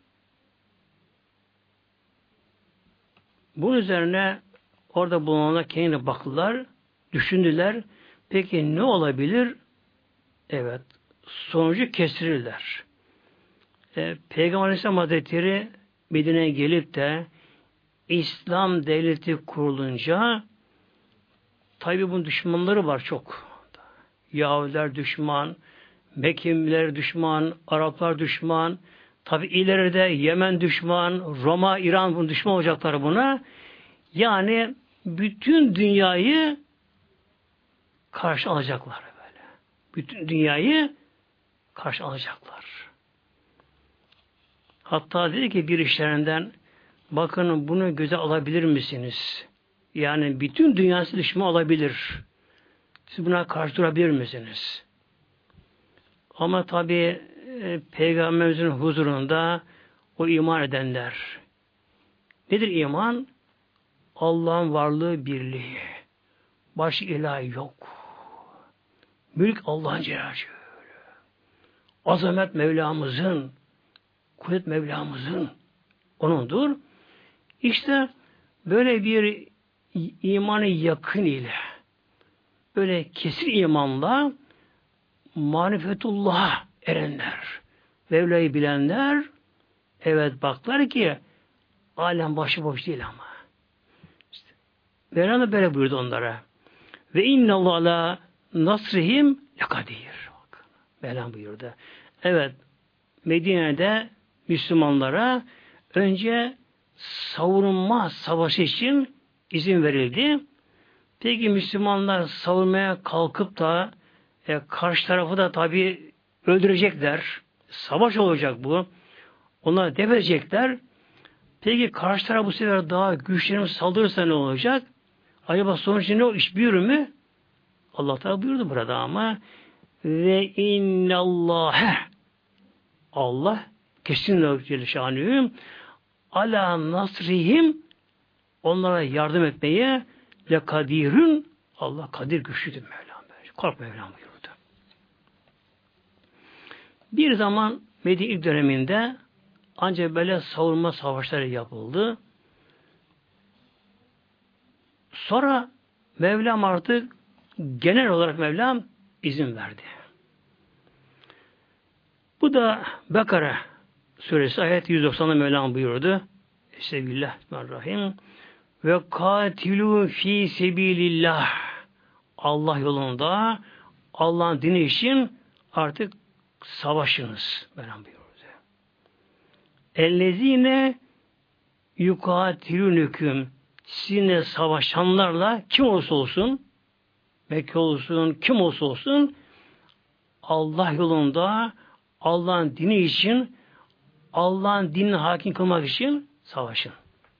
Bunun üzerine orada bulunanlar kendine baktılar, düşündüler. Peki ne olabilir? Evet, sonucu kestirirler. E, Peygamber Aleyhisselam Hazretleri Medine'ye gelip de İslam devleti kurulunca tabi bunun düşmanları var çok. Yahudiler düşman, Mekkeliler düşman, Araplar düşman, tabi ileride Yemen düşman, Roma, İran bunun düşman olacaklar buna. Yani bütün dünyayı karşı alacaklar böyle. Bütün dünyayı karşı alacaklar. Hatta dedi ki bir işlerinden, bakın bunu göze alabilir misiniz? Yani bütün dünyası düşman olabilir. Siz buna karşı durabilir misiniz? Ama tabi e, Peygamberimizin huzurunda o iman edenler. Nedir iman? Allah'ın varlığı, birliği. Baş ilahi yok. Mülk Allah'ın Celle. Azamet Mevlamızın, kudret Mevlamızın, O'nundur. İşte böyle bir imanı yakın ile, böyle kesin imanla marifetullah'a erenler, Mevla'yı bilenler, evet baklar ki alem başıboş değil ama. İşte, Mevla da böyle buyurdu onlara. Ve innallahu ala nasrihim lekadir. Mevla buyurdu. Evet, Medine'de Müslümanlara önce savunma savaşı için izin verildi. Peki Müslümanlar savunmaya kalkıp da e, karşı tarafı da tabi öldürecekler. Savaş olacak bu. Onlar def edecekler. Peki karşı taraf bu sefer daha güçlerimiz saldırırsa ne olacak? Acaba sonuç ne o? İş büyür mü? Allah Teala buyurdu burada ama ve innallâhe Allah kesinlikle Celle Şanühü ala nasrihim onlara yardım etmeye lekadirün Allah kadir güçlüdür Mevlam. Kork Mevlam buyurdu. Bir zaman Medine ilk döneminde ancak böyle savunma savaşları yapıldı. Sonra Mevlam artık genel olarak Mevlam izin verdi. Bu da Bekara suresi ayet yüz doksan'da Mevlam buyurdu. Bismillahirrahmanirrahim. Ve katilu fi sebilillah. Allah yolunda Allah'ın dini için artık savaşınız. Mevlam buyurdu. Ellezine yukatilünüküm sizinle savaşanlarla kim olursa olsun Mekke olsun, kim olursa olsun Allah yolunda Allah'ın dini için Allah'ın dinini hakim kılmak için savaşın.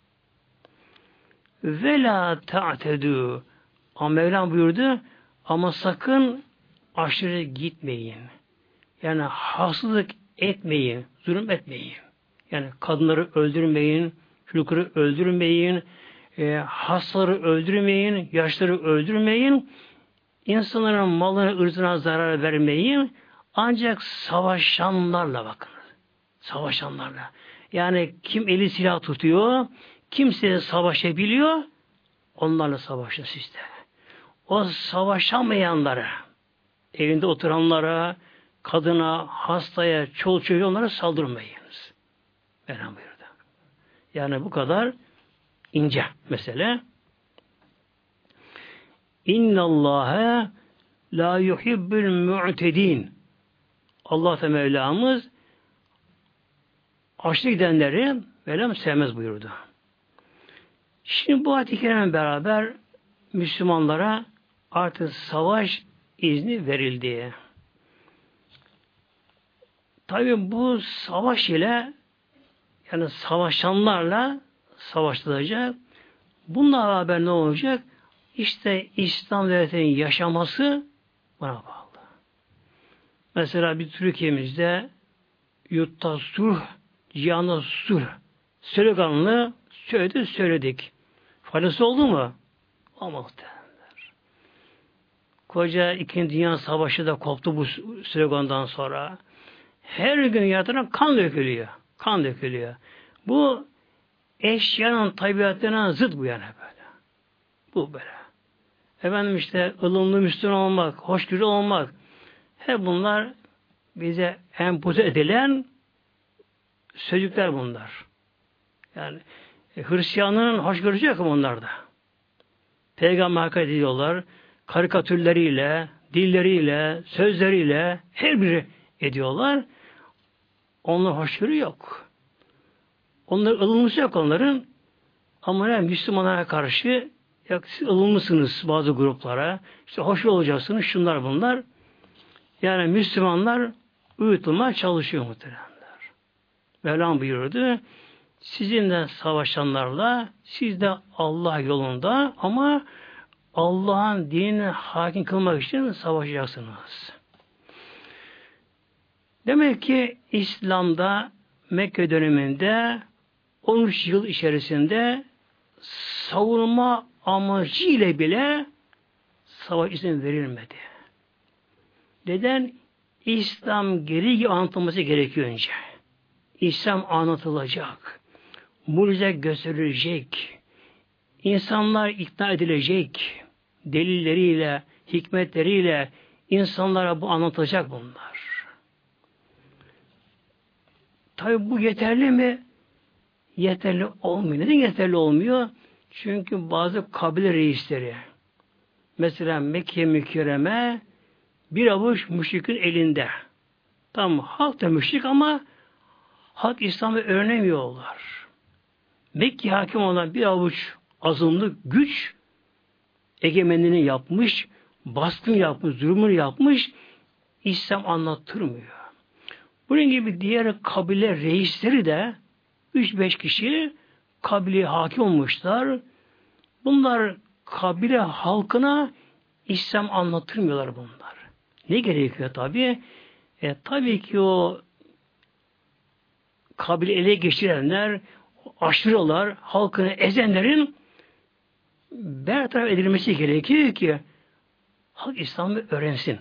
Ve la ta'tedû ama Mevlam buyurdu ama sakın aşırı gitmeyin. Yani haksızlık etmeyin, zulüm etmeyin. Yani kadınları öldürmeyin, çocukları öldürmeyin, e, hastaları öldürmeyin, yaşları öldürmeyin, insanların malına, ırzına zarar vermeyin. Ancak savaşanlarla bakın. Savaşanlarla. Yani kim eli silah tutuyor, kimse savaşabiliyor, onlarla savaşın sizde. O savaşamayanlara, evinde oturanlara, kadına, hastaya, çoluk çocuğa onlara saldırmayınız. Mevlam buyurdu. Yani bu kadar ince mesele. İnnallâhe la yuhibbül mu'tedin. Allah da Mevlamız aşırı gidenleri Mevlam sevmez buyurdu. Şimdi bu ayet-i kerime beraber Müslümanlara artık savaş izni verildi. Tabi bu savaş ile yani savaşanlarla savaşılacak. Bununla beraber ne olacak? İşte İslam devletinin yaşaması buna bağlı. Mesela bir Türkiye'mizde yurtta sulh, cihanda sulh sloganını söyledik, söyledik. Faydası oldu mu? Olmadı. Koca İkinci Dünya Savaşı da koptu bu slogandan sonra. Her gün yaratılan kan dökülüyor. Kan dökülüyor. Bu eşyanın tabiatına zıt bu yani böyle. Bu böyle. Efendim işte ılımlı Müslüman olmak, hoşgörülü olmak. Hep bunlar bize empoze edilen sözcükler bunlar. Yani e, Hristiyanlığın hoşgörüsü yok mu onlarda? Peygamber hakaret ediyorlar. Karikatürleriyle, dilleriyle, sözleriyle her biri ediyorlar. Onlar hoşgörü yok. Onların ılımlısı yok onların. Ama yani Müslümanlara karşı Ya siz ılımlısınız bazı gruplara. İşte hoş olacaksınız. Şunlar bunlar. Yani Müslümanlar uyutulmaya çalışıyor muhteremler. Mevlam buyurdu. Sizinle savaşanlarla siz de Allah yolunda ama Allah'ın dinini hakim kılmak için savaşacaksınız. Demek ki İslam'da Mekke döneminde on üç yıl içerisinde savunma amacıyla bile savaş izin verilmedi. Neden? İslam gereği anlatılması gerekiyor önce. İslam anlatılacak. Mucize gösterilecek. İnsanlar ikna edilecek. Delilleriyle, hikmetleriyle insanlara bu anlatılacak bunlar. Tabi bu yeterli mi? Yeterli olmuyor. Neden yeterli olmuyor? Çünkü bazı kabile reisleri, mesela Mekke mükerreme bir avuç müşrikin elinde. Tam halk da müşrik ama halk İslam'ı öğrenemiyorlar. Mekke hakim olan bir avuç azınlık güç egemenliğini yapmış, baskın yapmış, zulmünü yapmış, İslam anlattırmıyor. Bunun gibi diğer kabile reisleri de üç beş kişi kabileye hakim olmuşlar. Bunlar kabile halkına İslam anlatırmıyorlar bunlar. Ne gerekiyor tabi? E, tabii ki o kabile ele geçirenler, aşırılar, halkını ezenlerin bertaraf edilmesi gerekiyor ki halk İslam'ı öğrensin.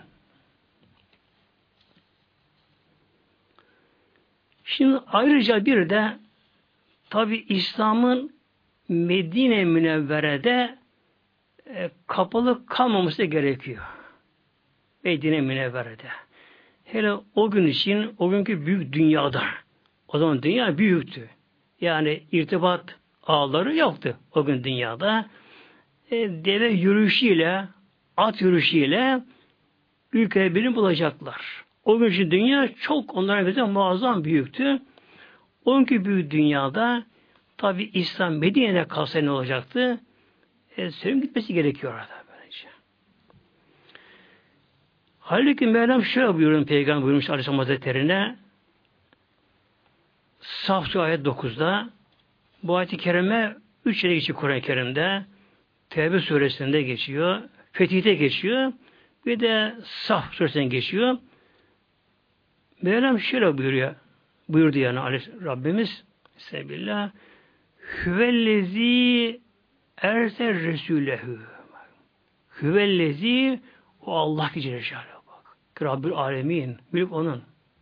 Şimdi ayrıca bir de tabi İslam'ın Medine Münevvere'de e, kapalı kalmaması gerekiyor. Medine Münevvere'de. Hele o gün için, o günkü büyük dünyada, o zaman dünya büyüktü. Yani irtibat ağları yoktu o gün dünyada. E, deve yürüyüşüyle, at yürüyüşüyle ülkeye birini bulacaklar. O gün için dünya çok onlara göre muazzam büyüktü. O günkü büyük dünyada tabi İslam Medine'de kalsa ne olacaktı? E, sürüm gitmesi gerekiyor orada böylece. Halbuki Mevlam şöyle buyuruyor, Peygamber buyurmuş Aleyhisselam Hazretleri'ne Saf ayet dokuzda bu ayet-i kerime üç yere geçiyor Kur'an-ı Kerim'de. Tevbe suresinde geçiyor. Fetih'te geçiyor. Bir de Saf suresinde geçiyor. Mevlam şöyle buyuruyor. Buyurdu yani Rabbimiz Sebillah Hüvellezi erse Resulehü Hüvellezi o Allah ki Celle Şanuhu bak. Rabbül Alemin. Mülk onun.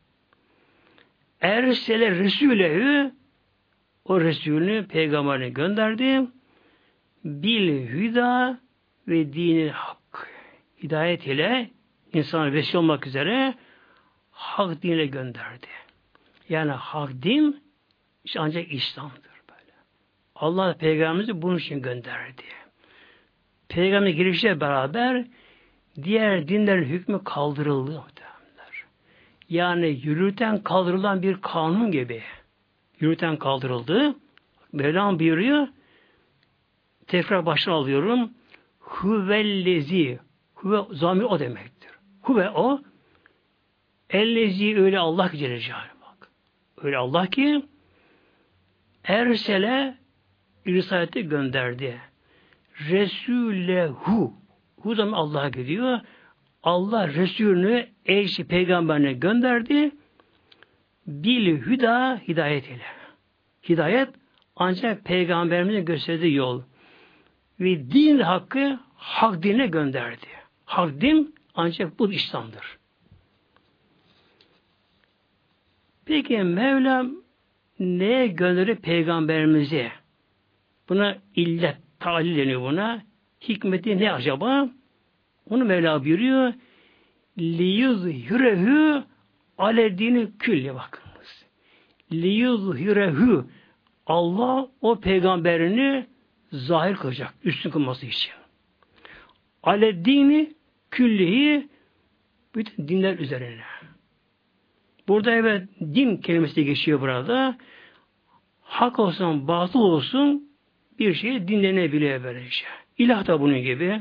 Ersele Resulehü o Resulünü peygamberini gönderdi. Bil hüda ve dinil hak. Hidayet ile insana vesile olmak üzere hak dinle gönderdi. Yani hak din işte ancak İslam'dır böyle. Allah Peygamberimizi bunun için gönderdi. Peygamber girişle beraber diğer dinlerin hükmü kaldırıldı muhtemelenler. Yani yürürten kaldırılan bir kanun gibi. Yürürten kaldırıldı. Mevlam buyuruyor. Tekrar başına alıyorum. Huvellezi. Huve zamir o demektir. Huve o. Ellezi öyle Allah ki Celle Celaluhu bak. Öyle Allah ki ersele risalete gönderdi. Resulehu. Hu zaman Allah'a gidiyor. Allah Resulünü elçi peygamberine gönderdi. Bil hüda hidayet ile. Hidayet ancak peygamberimizin gösterdiği yol. Ve din hakkı hak dinine gönderdi. Hak din ancak bu İslam'dır. Peki Mevlam neye gönderir peygamberimizi? Buna illet, talil deniyor buna. Hikmeti ne acaba? Onu Mevla buyuruyor. Liyuzhirehu aledini külli bakınız. Liyuzhirehu Allah o peygamberini zahir kılacak. Üstün kılması için. Aleddini küllihi bütün dinler üzerine. Burada evet din kelimesi geçiyor burada. Hak olsun, batıl olsun bir şey dinlenebiliyor böylece. İlah da bunun gibi.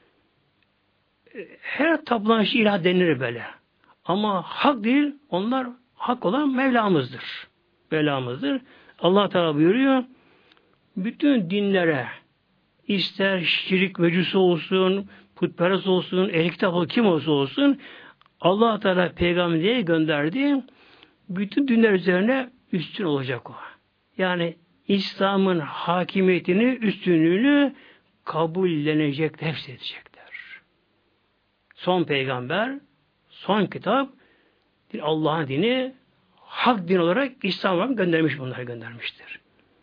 Her tapılan şey ilah denilir böyle. Ama hak değil, onlar hak olan Mevlamızdır. Mevlamızdır. Allah Teala buyuruyor, bütün dinlere, ister şirk mecusu olsun, putperest olsun, ehl-i kitap kim olsa olsun, Allah Teala peygamberi gönderdi, bütün dinler üzerine üstün olacak o. Yani İslam'ın hakimiyetini, üstünlüğünü kabullenecek, hepsi edecekler. Son peygamber, son kitap, Allah'ın dini, hak din olarak İslam'a göndermiş, bunları göndermiştir.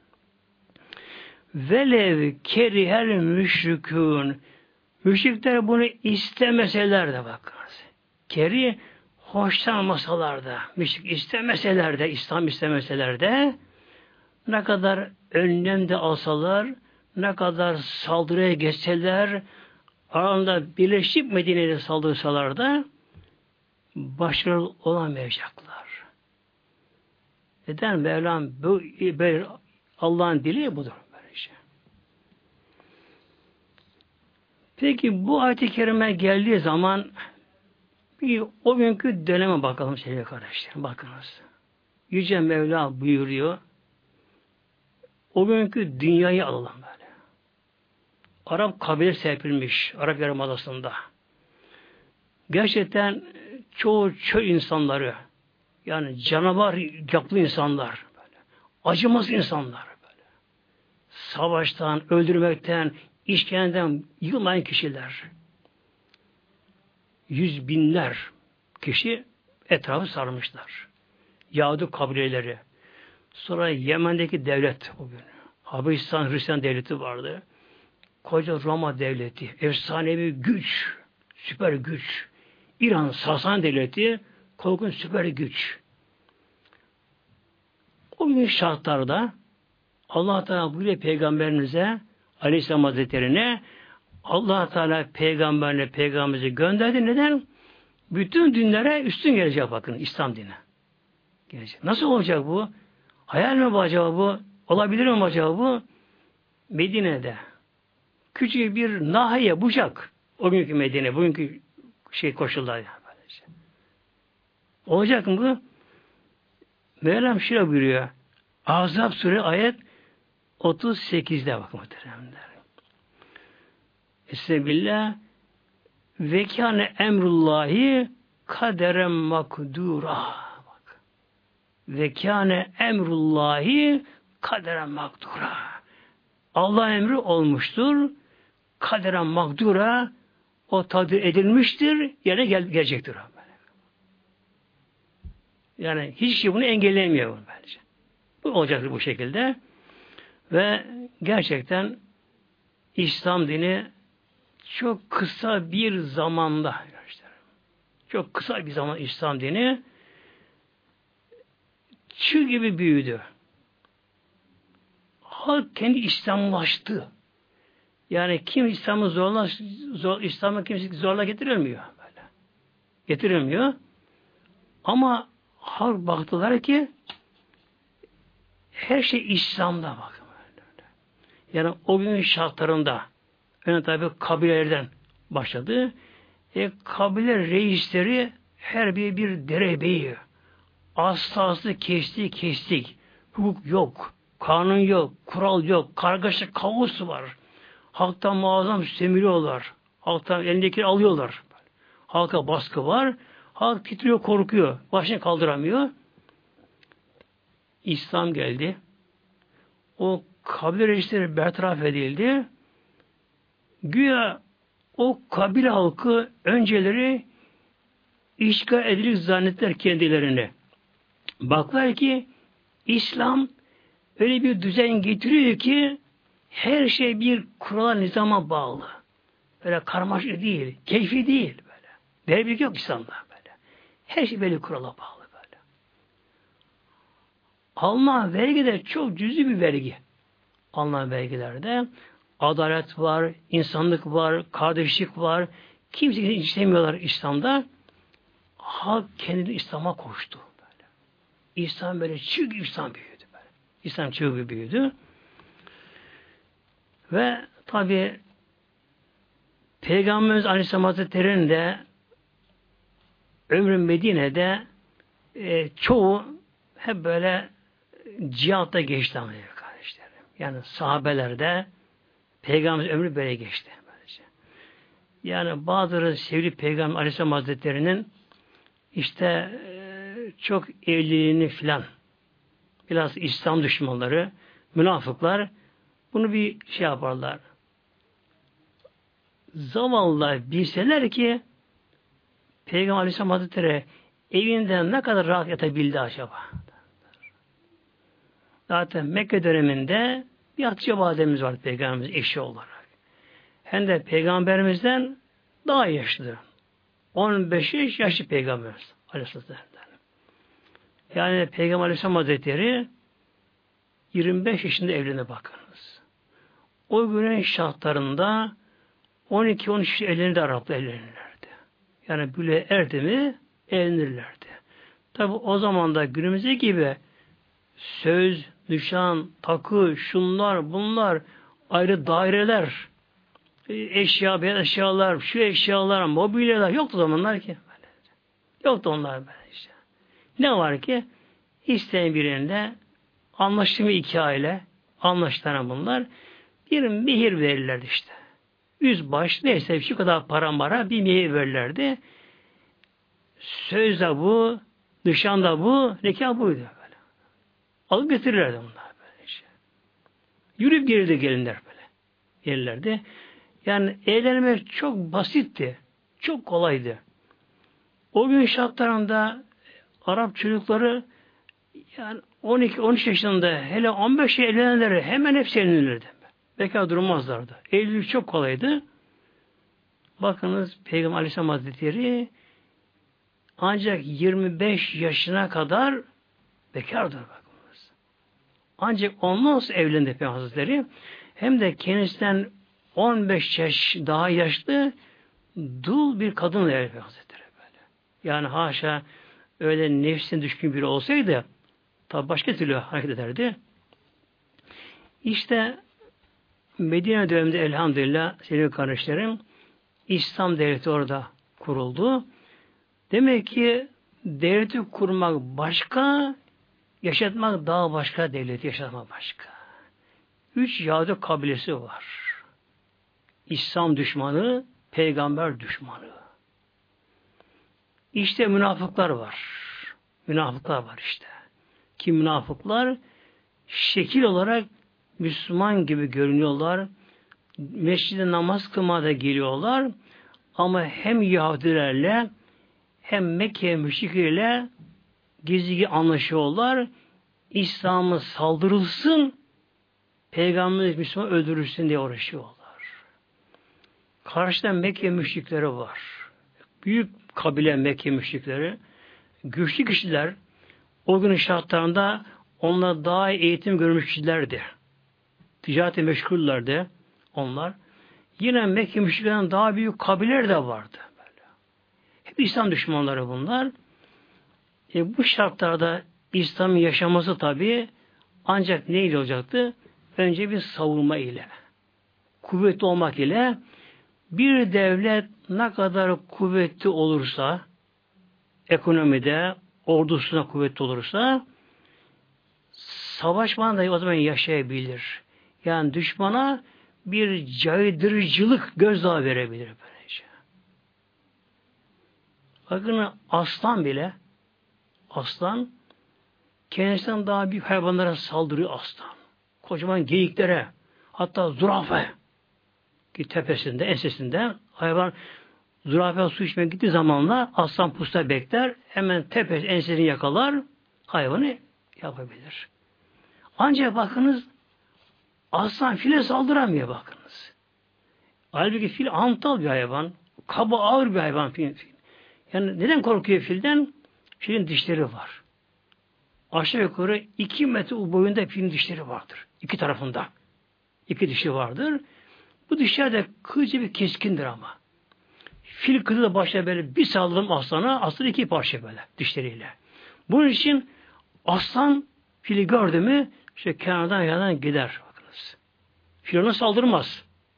Velev kerihel müşrikûn, müşrikler bunu istemeseler de bakınız. Keri hoşlanmasalar da, müşrik istemeseler de, İslam istemeseler de, ne kadar önlem de alsalar, ne kadar saldırıya geçseler, aralarında birleşip Medine'ye saldırsalar da başarılı olamayacaklar. Neden? Mevlam bu Allah'ın dili budur. Böylece. Peki bu ayet-i kerime geldiği zaman bir o günkü döneme bakalım sevgili kardeşlerim. Bakınız. Yüce Mevla buyuruyor. O günkü dünyayı alalım böyle. Arap kabile serpilmiş Arap Yarımadası'nda. Gerçekten çoğu çöl insanları, yani canavar yapılı insanlar, böyle, acımasız insanlar, böyle, savaştan, öldürmekten, işkenceden yıkılmayan kişiler, yüz binler kişi etrafı sarmışlar. Yahudi kabileleri. Sonra Yemen'deki devlet o gün. Habeşistan Hristiyan devleti vardı. Koca Roma devleti, efsanevi güç, süper güç. İran Sasani devleti, korkunç süper güç. O gün şartlarda Allah Teala buyuruyor peygamberimize, Aleyhisselam Hazretleri'ne, Allah Teala peygamberine peygamberimizi gönderdi. Neden? Bütün dinlere üstün gelecek bakın İslam dini. Gelecek. Nasıl olacak bu? Hayal mi bu acaba bu? Olabilir mi acaba bu? Medine'de küçük bir nahiye, bucak. O günkü Medine, bugünkü şey koşullar. Olacak mı bu? Mevlam şöyle buyuruyor. Ahzab Suresi ayet otuz sekizde bakın muhteremler. Estağfirullah ve kâne emrullahi kaderen makdura. Bak. Ve kâne emrullahi kaderen makdura. Allah emri olmuştur. Kaderen makdura o takdir edilmiştir. Yerine gel gelecektir. Yani hiç şey bunu engelleyemiyor bence. Bu olacaktır bu şekilde. Ve gerçekten İslam dini çok kısa bir zamanda çok kısa bir zaman İslam dini çığ gibi büyüdü. Halk kendi İslamlaştı. Yani kim İslam'ı zorla zor, İslam'ı kimse zorla getirilmiyor böyle. Getirilmiyor. Ama halk baktılar ki her şey İslam'da bakın. Yani o günün şartlarında önce tabi kabilelerden başladı. E, kabile reisleri her bir bir derebeyi. Aslı aslı kestik kestik. Hukuk yok. Kanun yok. Kural yok. Kargaşa kaos var. Halktan muazzam sömürüyorlar. Halktan elindekini alıyorlar. Halka baskı var. Halk titriyor, korkuyor. Başını kaldıramıyor. İslam geldi. O kabile reisleri bertaraf edildi. Güya o kabile halkı önceleri işgal edilir zannettiler kendilerini. Baklar ki İslam öyle bir düzen getiriyor ki her şey bir kurala, nizama bağlı. Böyle karmaşık değil, keyfi değil böyle. Devrik yok İslam'da böyle. Her şey böyle kurala bağlı böyle. Alınan vergi de çok cüzi bir vergi. Alınan vergilerde adalet var, insanlık var, kardeşlik var. Kimse istemiyorlar İslam'da. Halk kendini İslam'a koştu. Böyle. İslam böyle çığ gibi İslam büyüdü. Böyle. İslam çığ gibi büyüdü. Ve tabi Peygamberimiz Aleyhisselam Hazretleri'nin de ömrü Medine'de e, çoğu hep böyle cihatta geçti ama kardeşlerim. Yani sahabelerde Peygamberimiz ömrü böyle geçti. Böylece. Yani bazıları sevgili Peygamber Aleyhisselam Hazretleri'nin işte e, çok evliliğini filan biraz İslam düşmanları, münafıklar bunu bir şey yaparlar. Zavallılar bilseler ki Peygamber Aleyhisselam Hazretleri evinden ne kadar rahat yatabildi acaba? Zaten Mekke döneminde bir Hatice validemiz var Peygamberimiz eşi olarak. Hem de Peygamberimizden daha yaşlı. on beş yaş yaşlı Peygamberimiz Aleyhisselam. Yani Peygamber Aleyhisselam Hazretleri yirmi beş yaşında evlenir bakınız. O günün şartlarında on iki on üç evlenirdi Arap'la evlenirlerdi. Yani böyle erdi mi evlenirlerdi. Tabi o zaman da günümüzde gibi söz, nişan, takı, şunlar, bunlar, ayrı daireler, eşya, beyaz eşyalar, şu eşyalar, mobilyalar yoktu o zamanlar ki. Yoktu onlar böyle işte. Ne var ki? İsteyen birinde anlaştığı iki aile, anlaştıran bunlar, bir mehir verirlerdi işte. Yüz baş, neyse şu kadar para mara bir mehir verirlerdi. Söz de bu, nişan da bu, nikah buydu böyle. Alıp getirirlerdi bunlar böyle işte. Yürüyüp gelirdi gelinler böyle. Gelirlerdi. Yani evlenmek çok basitti. Çok kolaydı. O gün şartlarında Arap çocukları yani on iki on üç yaşında hele on beş evlenenleri hemen hepsi evlenirlerdi. Bekar durmazlardı. Evlilik çok kolaydı. Bakınız Peygamber Aleyhisselam Hazretleri ancak yirmi beş yaşına kadar bekardır bakınız. Ancak ondan sonra evlendi Peygamber Hazretleri. Hem de kendisinden on beş yaş daha yaşlı dul bir kadınla evlendi Peygamber Hazretleri böyle. Yani haşa öyle nefsine düşkün biri olsaydı tabi başka türlü hareket ederdi. İşte Medine döneminde elhamdülillah sevgili kardeşlerim İslam devleti orada kuruldu. Demek ki devleti kurmak başka, yaşatmak daha başka, devleti yaşatmak başka. Üç Yahudi kabilesi var. İslam düşmanı, peygamber düşmanı. İşte münafıklar var. Münafıklar var işte. Ki münafıklar şekil olarak Müslüman gibi görünüyorlar. Mescide namaz kılmaya geliyorlar. Ama hem Yahudilerle hem Mekke müşrikleriyle gizli anlaşıyorlar. İslam'a saldırılsın, Peygamberimiz Müslüman öldürülsün diye uğraşıyorlar. Karşıda Mekke müşrikleri var. Büyük kabile Mekke müşrikleri. Güçlü kişiler. O günün şartlarında onlar daha iyi eğitim görmüş kişilerdi. Ticarete meşgullerdi onlar. Yine Mekke müşriklerinden daha büyük kabileler de vardı. Böyle. Hep İslam düşmanları bunlar. E, bu şartlarda İslam'ın yaşaması tabii ancak neyle olacaktı? Önce bir savunma ile, kuvvetli olmak ile bir devlet ne kadar kuvvetli olursa, ekonomide, ordusuna kuvvetli olursa savaşman da o zaman yaşayabilir. Yani düşmana bir caydırıcılık gözdağı verebilir böylece. Bakın aslan bile aslan kendisinden daha büyük hayvanlara saldırıyor aslan. Kocaman geyiklere hatta zürafe ki tepesinde, ensesinde hayvan zürafe su içmeye gittiği zamanla aslan pusta bekler. Hemen tepesi ensesini yakalar hayvanı yapabilir. Ancak bakınız aslan file saldıramıyor bakınız. Halbuki fil hantal bir hayvan. Kaba ağır bir hayvan fil. Yani neden korkuyor filden? Filin dişleri var. Aşağı yukarı iki metre boyunda filin dişleri vardır. İki tarafında. İki dişi vardır. Bu dişler de kılıcı bir keskindir ama. Fil kızı da başlar böyle bir saldırım aslana, aslan iki parça böyle dişleriyle. Bunun için aslan fili gördü mü işte kenardan yandan gider. Bakınız. Fil ona saldırmaz.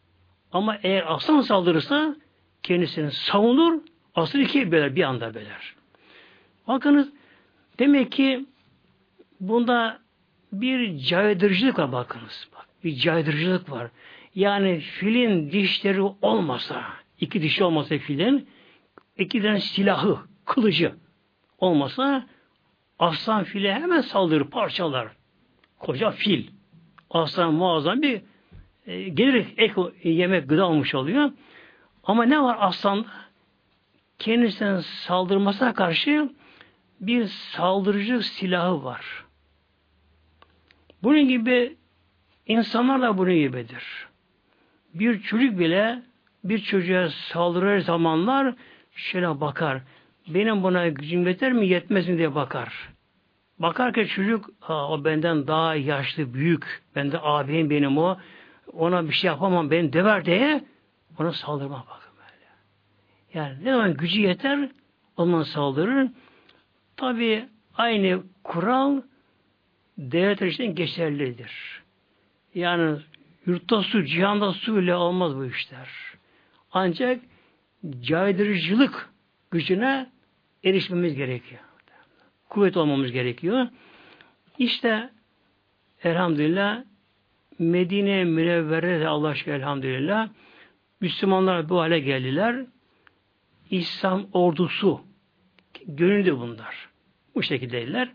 Ama eğer aslan saldırırsa kendisini savunur, aslı ikiye böler, bir anda böler. Bakınız, demek ki bunda bir caydırıcılık var bakınız. Bak, bir caydırıcılık var. Yani filin dişleri olmasa, iki dişi olmasa filin, iki tane silahı, kılıcı olmasa aslan file hemen saldırır, parçalar. Koca fil. Aslan muazzam bir e, gelir ek yemek gıda olmuş oluyor. Ama ne var aslanda? Kendisine saldırmasına karşı bir saldırıcı silahı var. Bunun gibi insanlar da bunun gibidir. Bir çocuk bile bir çocuğa saldırır zamanlar şöyle bakar. Benim buna gücüm yeter mi yetmez mi diye bakar. Bakar ki çocuk o benden daha yaşlı, büyük. Ben de abim benim o. Ona bir şey yapamam, beni döver diye ona saldırma bakın böyle. Yani ne zaman gücü yeter o zaman saldırır. Tabi aynı kural devlet için geçerlidir. Yani yurtta su, cihanda su ile olmaz bu işler. Ancak caydırıcılık gücüne erişmemiz gerekiyor. Kuvvet olmamız gerekiyor. İşte elhamdülillah Medine Münevvere'de Allah aşkına elhamdülillah Müslümanlar bu hale geldiler. İslam ordusu göründü bunlar. Bu şekildeydiler.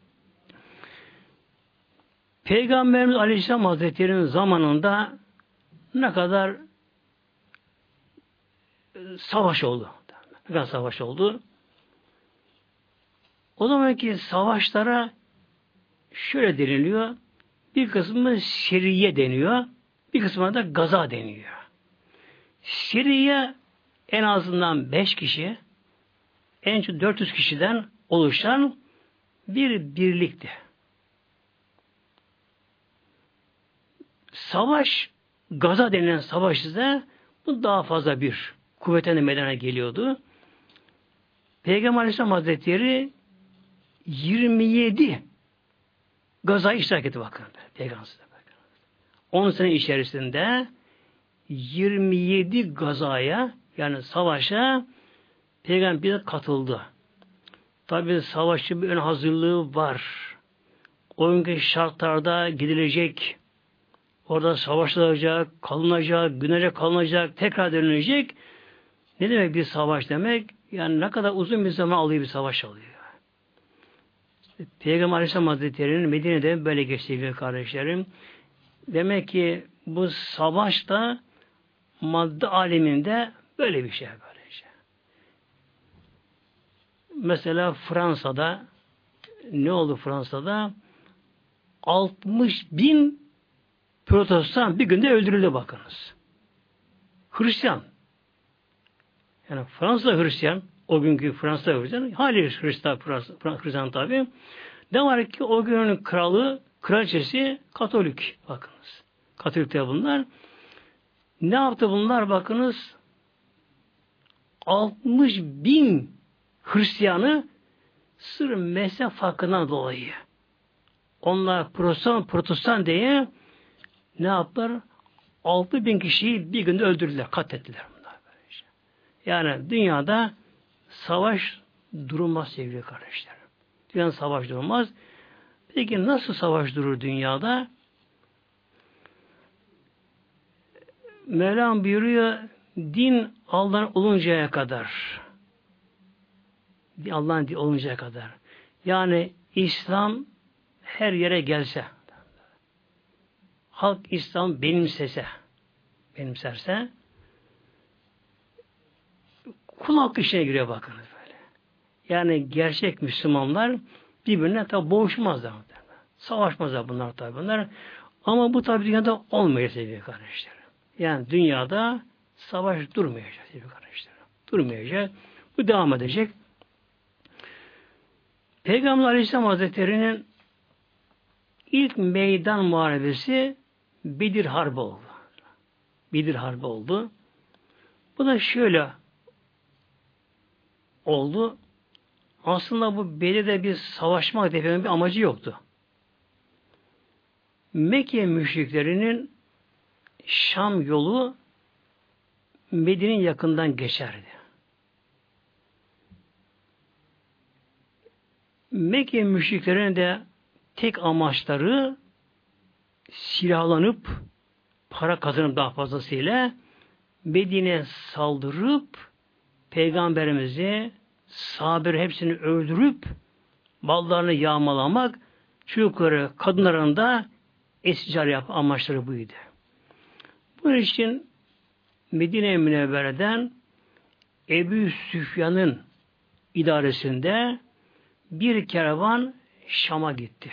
Peygamberimiz Aleyhisselam Hazretleri'nin zamanında ne kadar savaş oldu. Ne kadar savaş oldu. O zamanki savaşlara şöyle deniliyor. Bir kısmı Seriye deniyor. Bir kısmına da Gaza deniyor. Seriye en azından beş kişi, en çok dört yüz kişiden oluşan bir birlikti. Savaş, Gaza denilen savaş ise bu daha fazla bir kuvvetten meydana geliyordu. Peygamber Aleyhisselam Hazretleri yirmi yedi Gaza'ya iştirak etti bakın. Peygamber on sene içerisinde yirmi yedi Gaza'ya yani savaşa Peygamber bir katıldı. Tabi savaşçı bir ön hazırlığı var. O günkü şartlarda gidilecek, orada savaşılacak, kalınacak, günece kalınacak, tekrar dönülecek. Ne demek bir savaş demek? Yani ne kadar uzun bir zaman alıyor bir savaş alıyor. Peygamber Aleyhisselam Hazretleri'nin Medine'de böyle geçtiği kardeşlerim. Demek ki bu savaş da madde aleminde böyle bir şey böylece. Mesela Fransa'da ne oldu Fransa'da? altmış bin protestan bir günde öldürüldü bakınız. Hristiyan. Yani Fransa Hristiyan, o günkü Fransa Hristiyan, hali Hristiyan, Hristiyan tabi. Ne var ki o günün kralı, kraliçesi Katolik. Bakınız. Katolikler bunlar. Ne yaptı bunlar bakınız? altmış bin Hristiyanı sırf mezhep farkından dolayı. Onlar protestan, protestan diye ne yaptılar? altı bin kişiyi bir günde öldürdüler, katlettiler bunlar. Böylece. Yani dünyada savaş durmaz sevgili kardeşlerim. Dünyada savaş durmaz. Peki nasıl savaş durur dünyada? Mevlam buyuruyor, din Allah'ın oluncaya kadar. Allah'ın din oluncaya kadar. Yani İslam her yere gelse, halk İslam benimsese, benimserse, kul hakkı işine giriyor bakınız böyle. Yani gerçek Müslümanlar birbirine tabi boğuşmazlar. Savaşmazlar bunlar tabi bunlar. Ama bu tabi dünyada olmuyor sevgili kardeşlerim. Yani dünyada savaş durmayacak sevgili kardeşlerim. Durmayacak. Bu devam edecek. Peygamber Aleyhisselam Hazretleri'nin ilk meydan muharebesi Bedir Harbi oldu. Bedir Harbi oldu. Bu da şöyle oldu. Aslında bu Bedir'de bir savaşma hedefinin bir amacı yoktu. Mekke müşriklerinin Şam yolu Medine'nin yakından geçerdi. Mekke müşriklerinin de tek amaçları silahlanıp para kazanıp daha fazlasıyla Medine'ye saldırıp Peygamberimizi, sahabeleri hepsini öldürüp mallarını yağmalamak, çocukları, kadınların da esir yap amaçları buydu. Bunun için Medine-i Münevvere'den Ebu Süfyan'ın idaresinde bir kervan Şam'a gitti.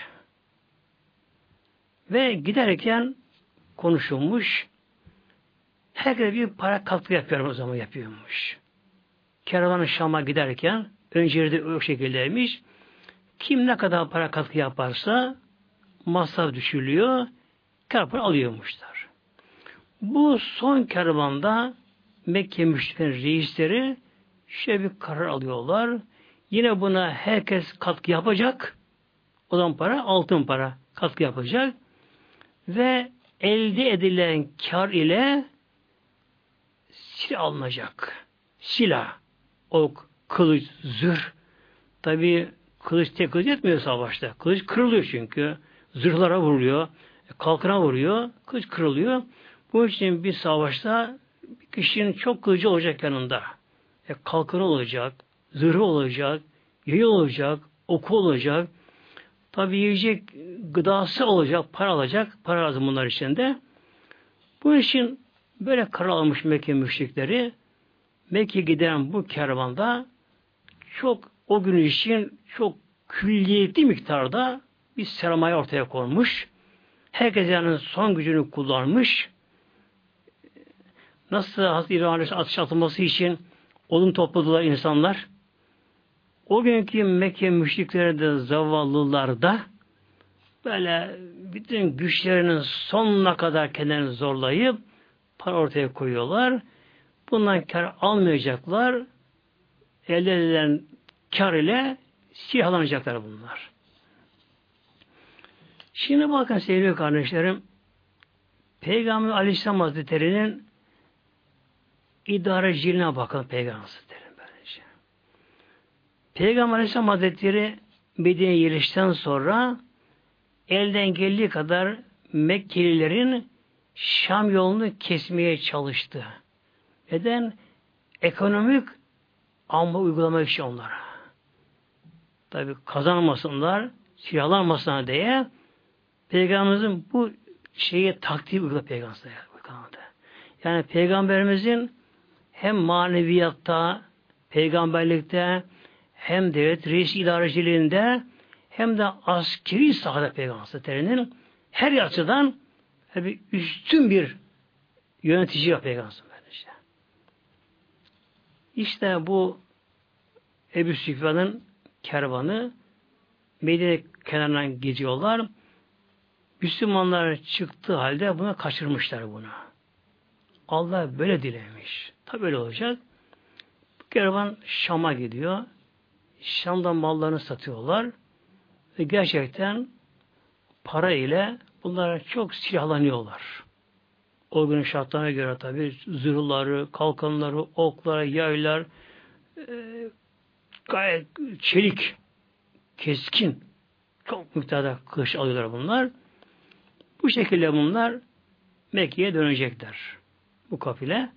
Ve giderken konuşulmuş, herkes bir para katkı yapıyor o zaman yapıyormuş. Kervanı Şam'a giderken önceleri de o şekildeymiş. Kim ne kadar para katkı yaparsa masraf düşülüyor, kervan alıyormuşlar. Bu son kervanda Mekke müşriklerin reisleri şöyle bir karar alıyorlar. Yine buna herkes katkı yapacak. O zaman para, altın para katkı yapacak. Ve elde edilen kar ile silah alınacak. Silah, ok, kılıç, zırh. Tabi kılıç tek kılıç yetmiyor savaşta. Kılıç kırılıyor çünkü. Zırhlara vuruyor. Kalkına vuruyor. Kılıç kırılıyor. Bu için bir savaşta bir kişinin çok kılıcı olacak yanında. E, kalkanı olacak, zırhı olacak, yayı olacak, oku olacak. Tabi yiyecek gıdası olacak, para alacak. Para lazım bunlar içinde. Bu için böyle karar almış Mekke müşrikleri. Mekke'ye giden bu kervanda çok o gün için çok külliyetli miktarda bir sermaye ortaya konmuş. Herkes yani son gücünü kullanmış. Nasıl Hazreti İbrahim Aleyhisselam atış atılması için odun topladılar insanlar. O günkü Mekke müşrikleri de zavallılar da böyle bütün güçlerinin sonuna kadar kendilerini zorlayıp para ortaya koyuyorlar. Bundan kar almayacaklar. Elde edilen kar ile silahlanacaklar bunlar. Şimdi bakın sevgili kardeşlerim, Peygamber Aleyhisselam Hazretleri'nin idareciliğine bakın Peygamber Hazretleri'nin böylece. Peygamber Aleyhisselam Hazretleri Medine'ye gelişten sonra elden geldiği kadar Mekkelilerin Şam yolunu kesmeye çalıştı. Neden? Ekonomik amba uygulamak için onlara. Tabi kazanmasınlar, silahlanmasınlar diye Peygamberimizin bu şeyi taktiği uyguladı Peygamberimize. Yani Peygamberimizin hem maneviyatta, peygamberlikte, hem devlet reis idareciliğinde, hem de askeri sahada Peygamberinin her açıdan bir üstün bir yönetici yapıyor Peygamber. İşte bu Ebu Süfyan'ın kervanı Medine kenarından geziyorlar. Müslümanlar çıktığı halde buna kaçırmışlar bunu. Allah böyle dilemiş. Tabi öyle olacak. Bu kervan Şam'a gidiyor. Şam'da mallarını satıyorlar. Ve gerçekten para ile bunlara çok silahlanıyorlar. O günün şartlarına göre tabi zırhları, kalkanları, oklar, yaylar e, gayet çelik, keskin, çok miktarda kılıç alıyorlar bunlar. Bu şekilde bunlar Mekke'ye dönecekler. Bu kafile.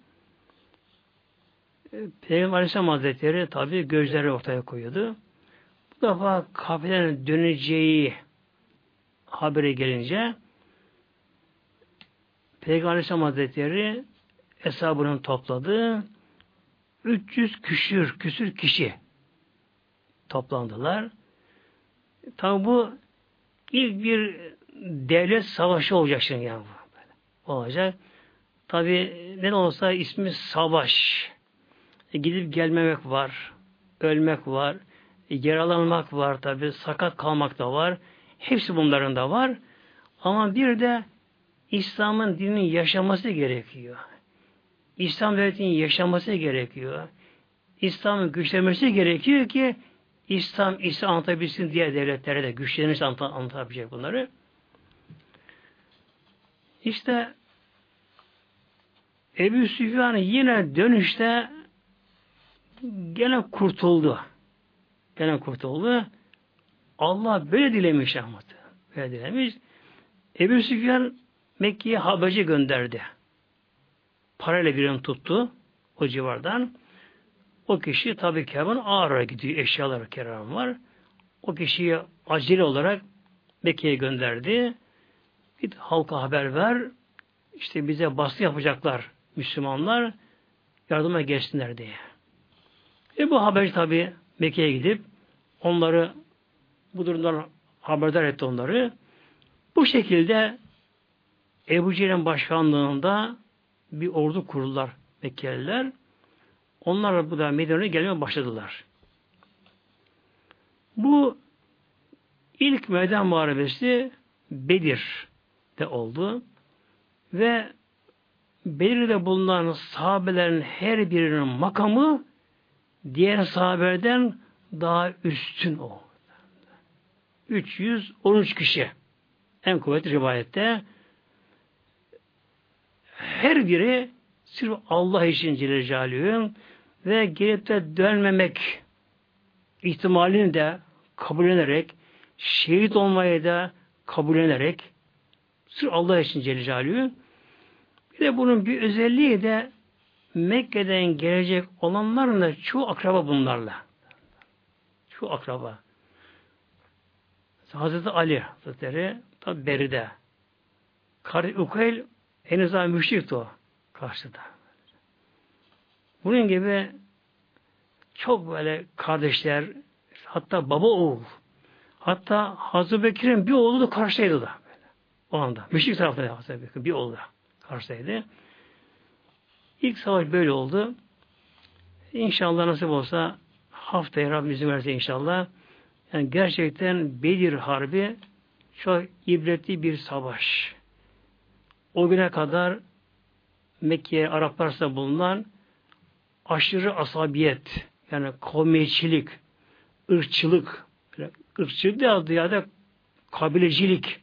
Peygamber Aleyhisselam Hazretleri tabi gözleri ortaya koyuyordu. Bu defa kafilenin döneceği haberi gelince Peygamber Aleyhisselam Hazretleri hesabını topladı. üç yüz küsür, küsür kişi toplandılar. Tabi bu ilk bir devlet savaşı olacak şimdi yani bu. Böyle olacak. Tabi ne olsa ismi savaş. E, gidip gelmemek var. Ölmek var. E, yaralanmak var tabi. Sakat kalmak da var. Hepsi bunların da var. Ama bir de İslam'ın dininin yaşaması gerekiyor. İslam devletinin yaşaması gerekiyor. İslam'ın güçlenmesi gerekiyor ki İslam, İslam anlatabilsin diğer devletlere de güçlenirse anlatabilecek bunları. İşte Ebu Süfyan yine dönüşte gene kurtuldu. Gene kurtuldu. Allah böyle dilemiş Ahmet. Böyle dilemiş. Ebu Süfyan Mekke'ye haberci gönderdi. Parayla birini tuttu o civardan. O kişi tabii kervan ağır ağır gidiyor. Eşyalar kervan var. O kişiyi acele olarak Mekke'ye gönderdi. Git halka haber ver. İşte bize baskı yapacaklar Müslümanlar. Yardıma gelsinler diye. E bu haberci tabii Mekke'ye gidip onları bu durumdan haberdar etti onları. Bu şekilde Ebu Cehil'in başkanlığında bir ordu kurdular Mekkeliler. Onlar bu da Medine'ye gelmeye başladılar. Bu ilk meydan muharebesi Bedir'de oldu. Ve Bedir'de bulunan sahabelerin her birinin makamı diğer sahabelerden daha üstün oldu. üç yüz on üç kişi. En kuvvetli rivayette her biri sırf Allah için Celle Celaluhu'nun ve gelip de dönmemek ihtimalini de kabullenerek, şehit olmayı da kabullenerek sırf Allah için Celle Celaluhu. Bir de bunun bir özelliği de Mekke'den gelecek olanların da çoğu akraba bunlarla. Çoğu akraba. Hazreti Ali Hazretleri tabi beride. Kardeş Ukayl henüz daha müşrikti o karşıda. Bunun gibi çok böyle kardeşler, hatta baba oğul, hatta Hazreti Bekir'in bir oğlu da karşıdaydı da böyle. O anda. Müşrik tarafta Hazreti Bekir bir oğlu da karşıdaydı. İlk savaş böyle oldu. İnşallah nasip olsa haftaya Rabbim izin verirse inşallah yani gerçekten Bedir Harbi çok ibretli bir savaş. O güne kadar Mekke'ye Araplarsa bulunan aşırı asabiyet, yani kavmiyetçilik, ırkçılık, ırkçılık da ya da kabilecilik,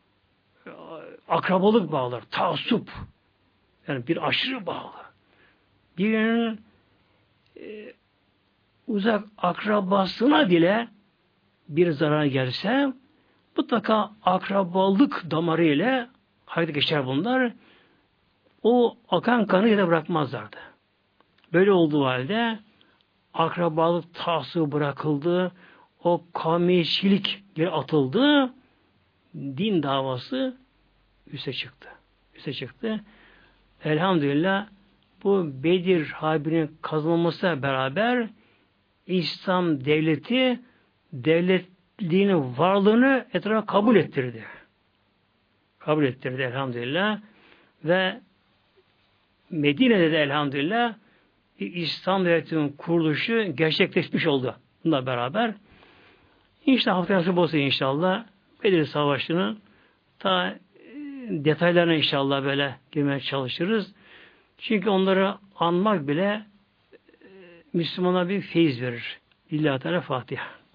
akrabalık bağlar, taassup, yani bir aşırı bağlı. Birinin e, uzak akrabasına bile bir zarar gelse mutlaka akrabalık damarı ile hayata geçer bunlar. O akan kanı yine bırakmazlardı. Böyle olduğu halde akrabalık taassubu bırakıldı. O kavmiyetçilik geri atıldı. Din davası üste çıktı. Üste çıktı. Elhamdülillah bu Bedir Harbi'nin kazanılmasıyla beraber İslam devleti devletliğinin varlığını etrafa kabul ettirdi. Kabul ettirdi elhamdülillah. Ve Medine'de de elhamdülillah İslam devletinin kuruluşu gerçekleşmiş oldu. Bununla beraber. İnşallah haftaya nasip olsa inşallah Bedir Savaşı'nın ta detaylarına inşallah böyle girmeye çalışırız. Çünkü onları anmak bile Müslümana bir feyiz verir. Lillahi Teala Fatiha.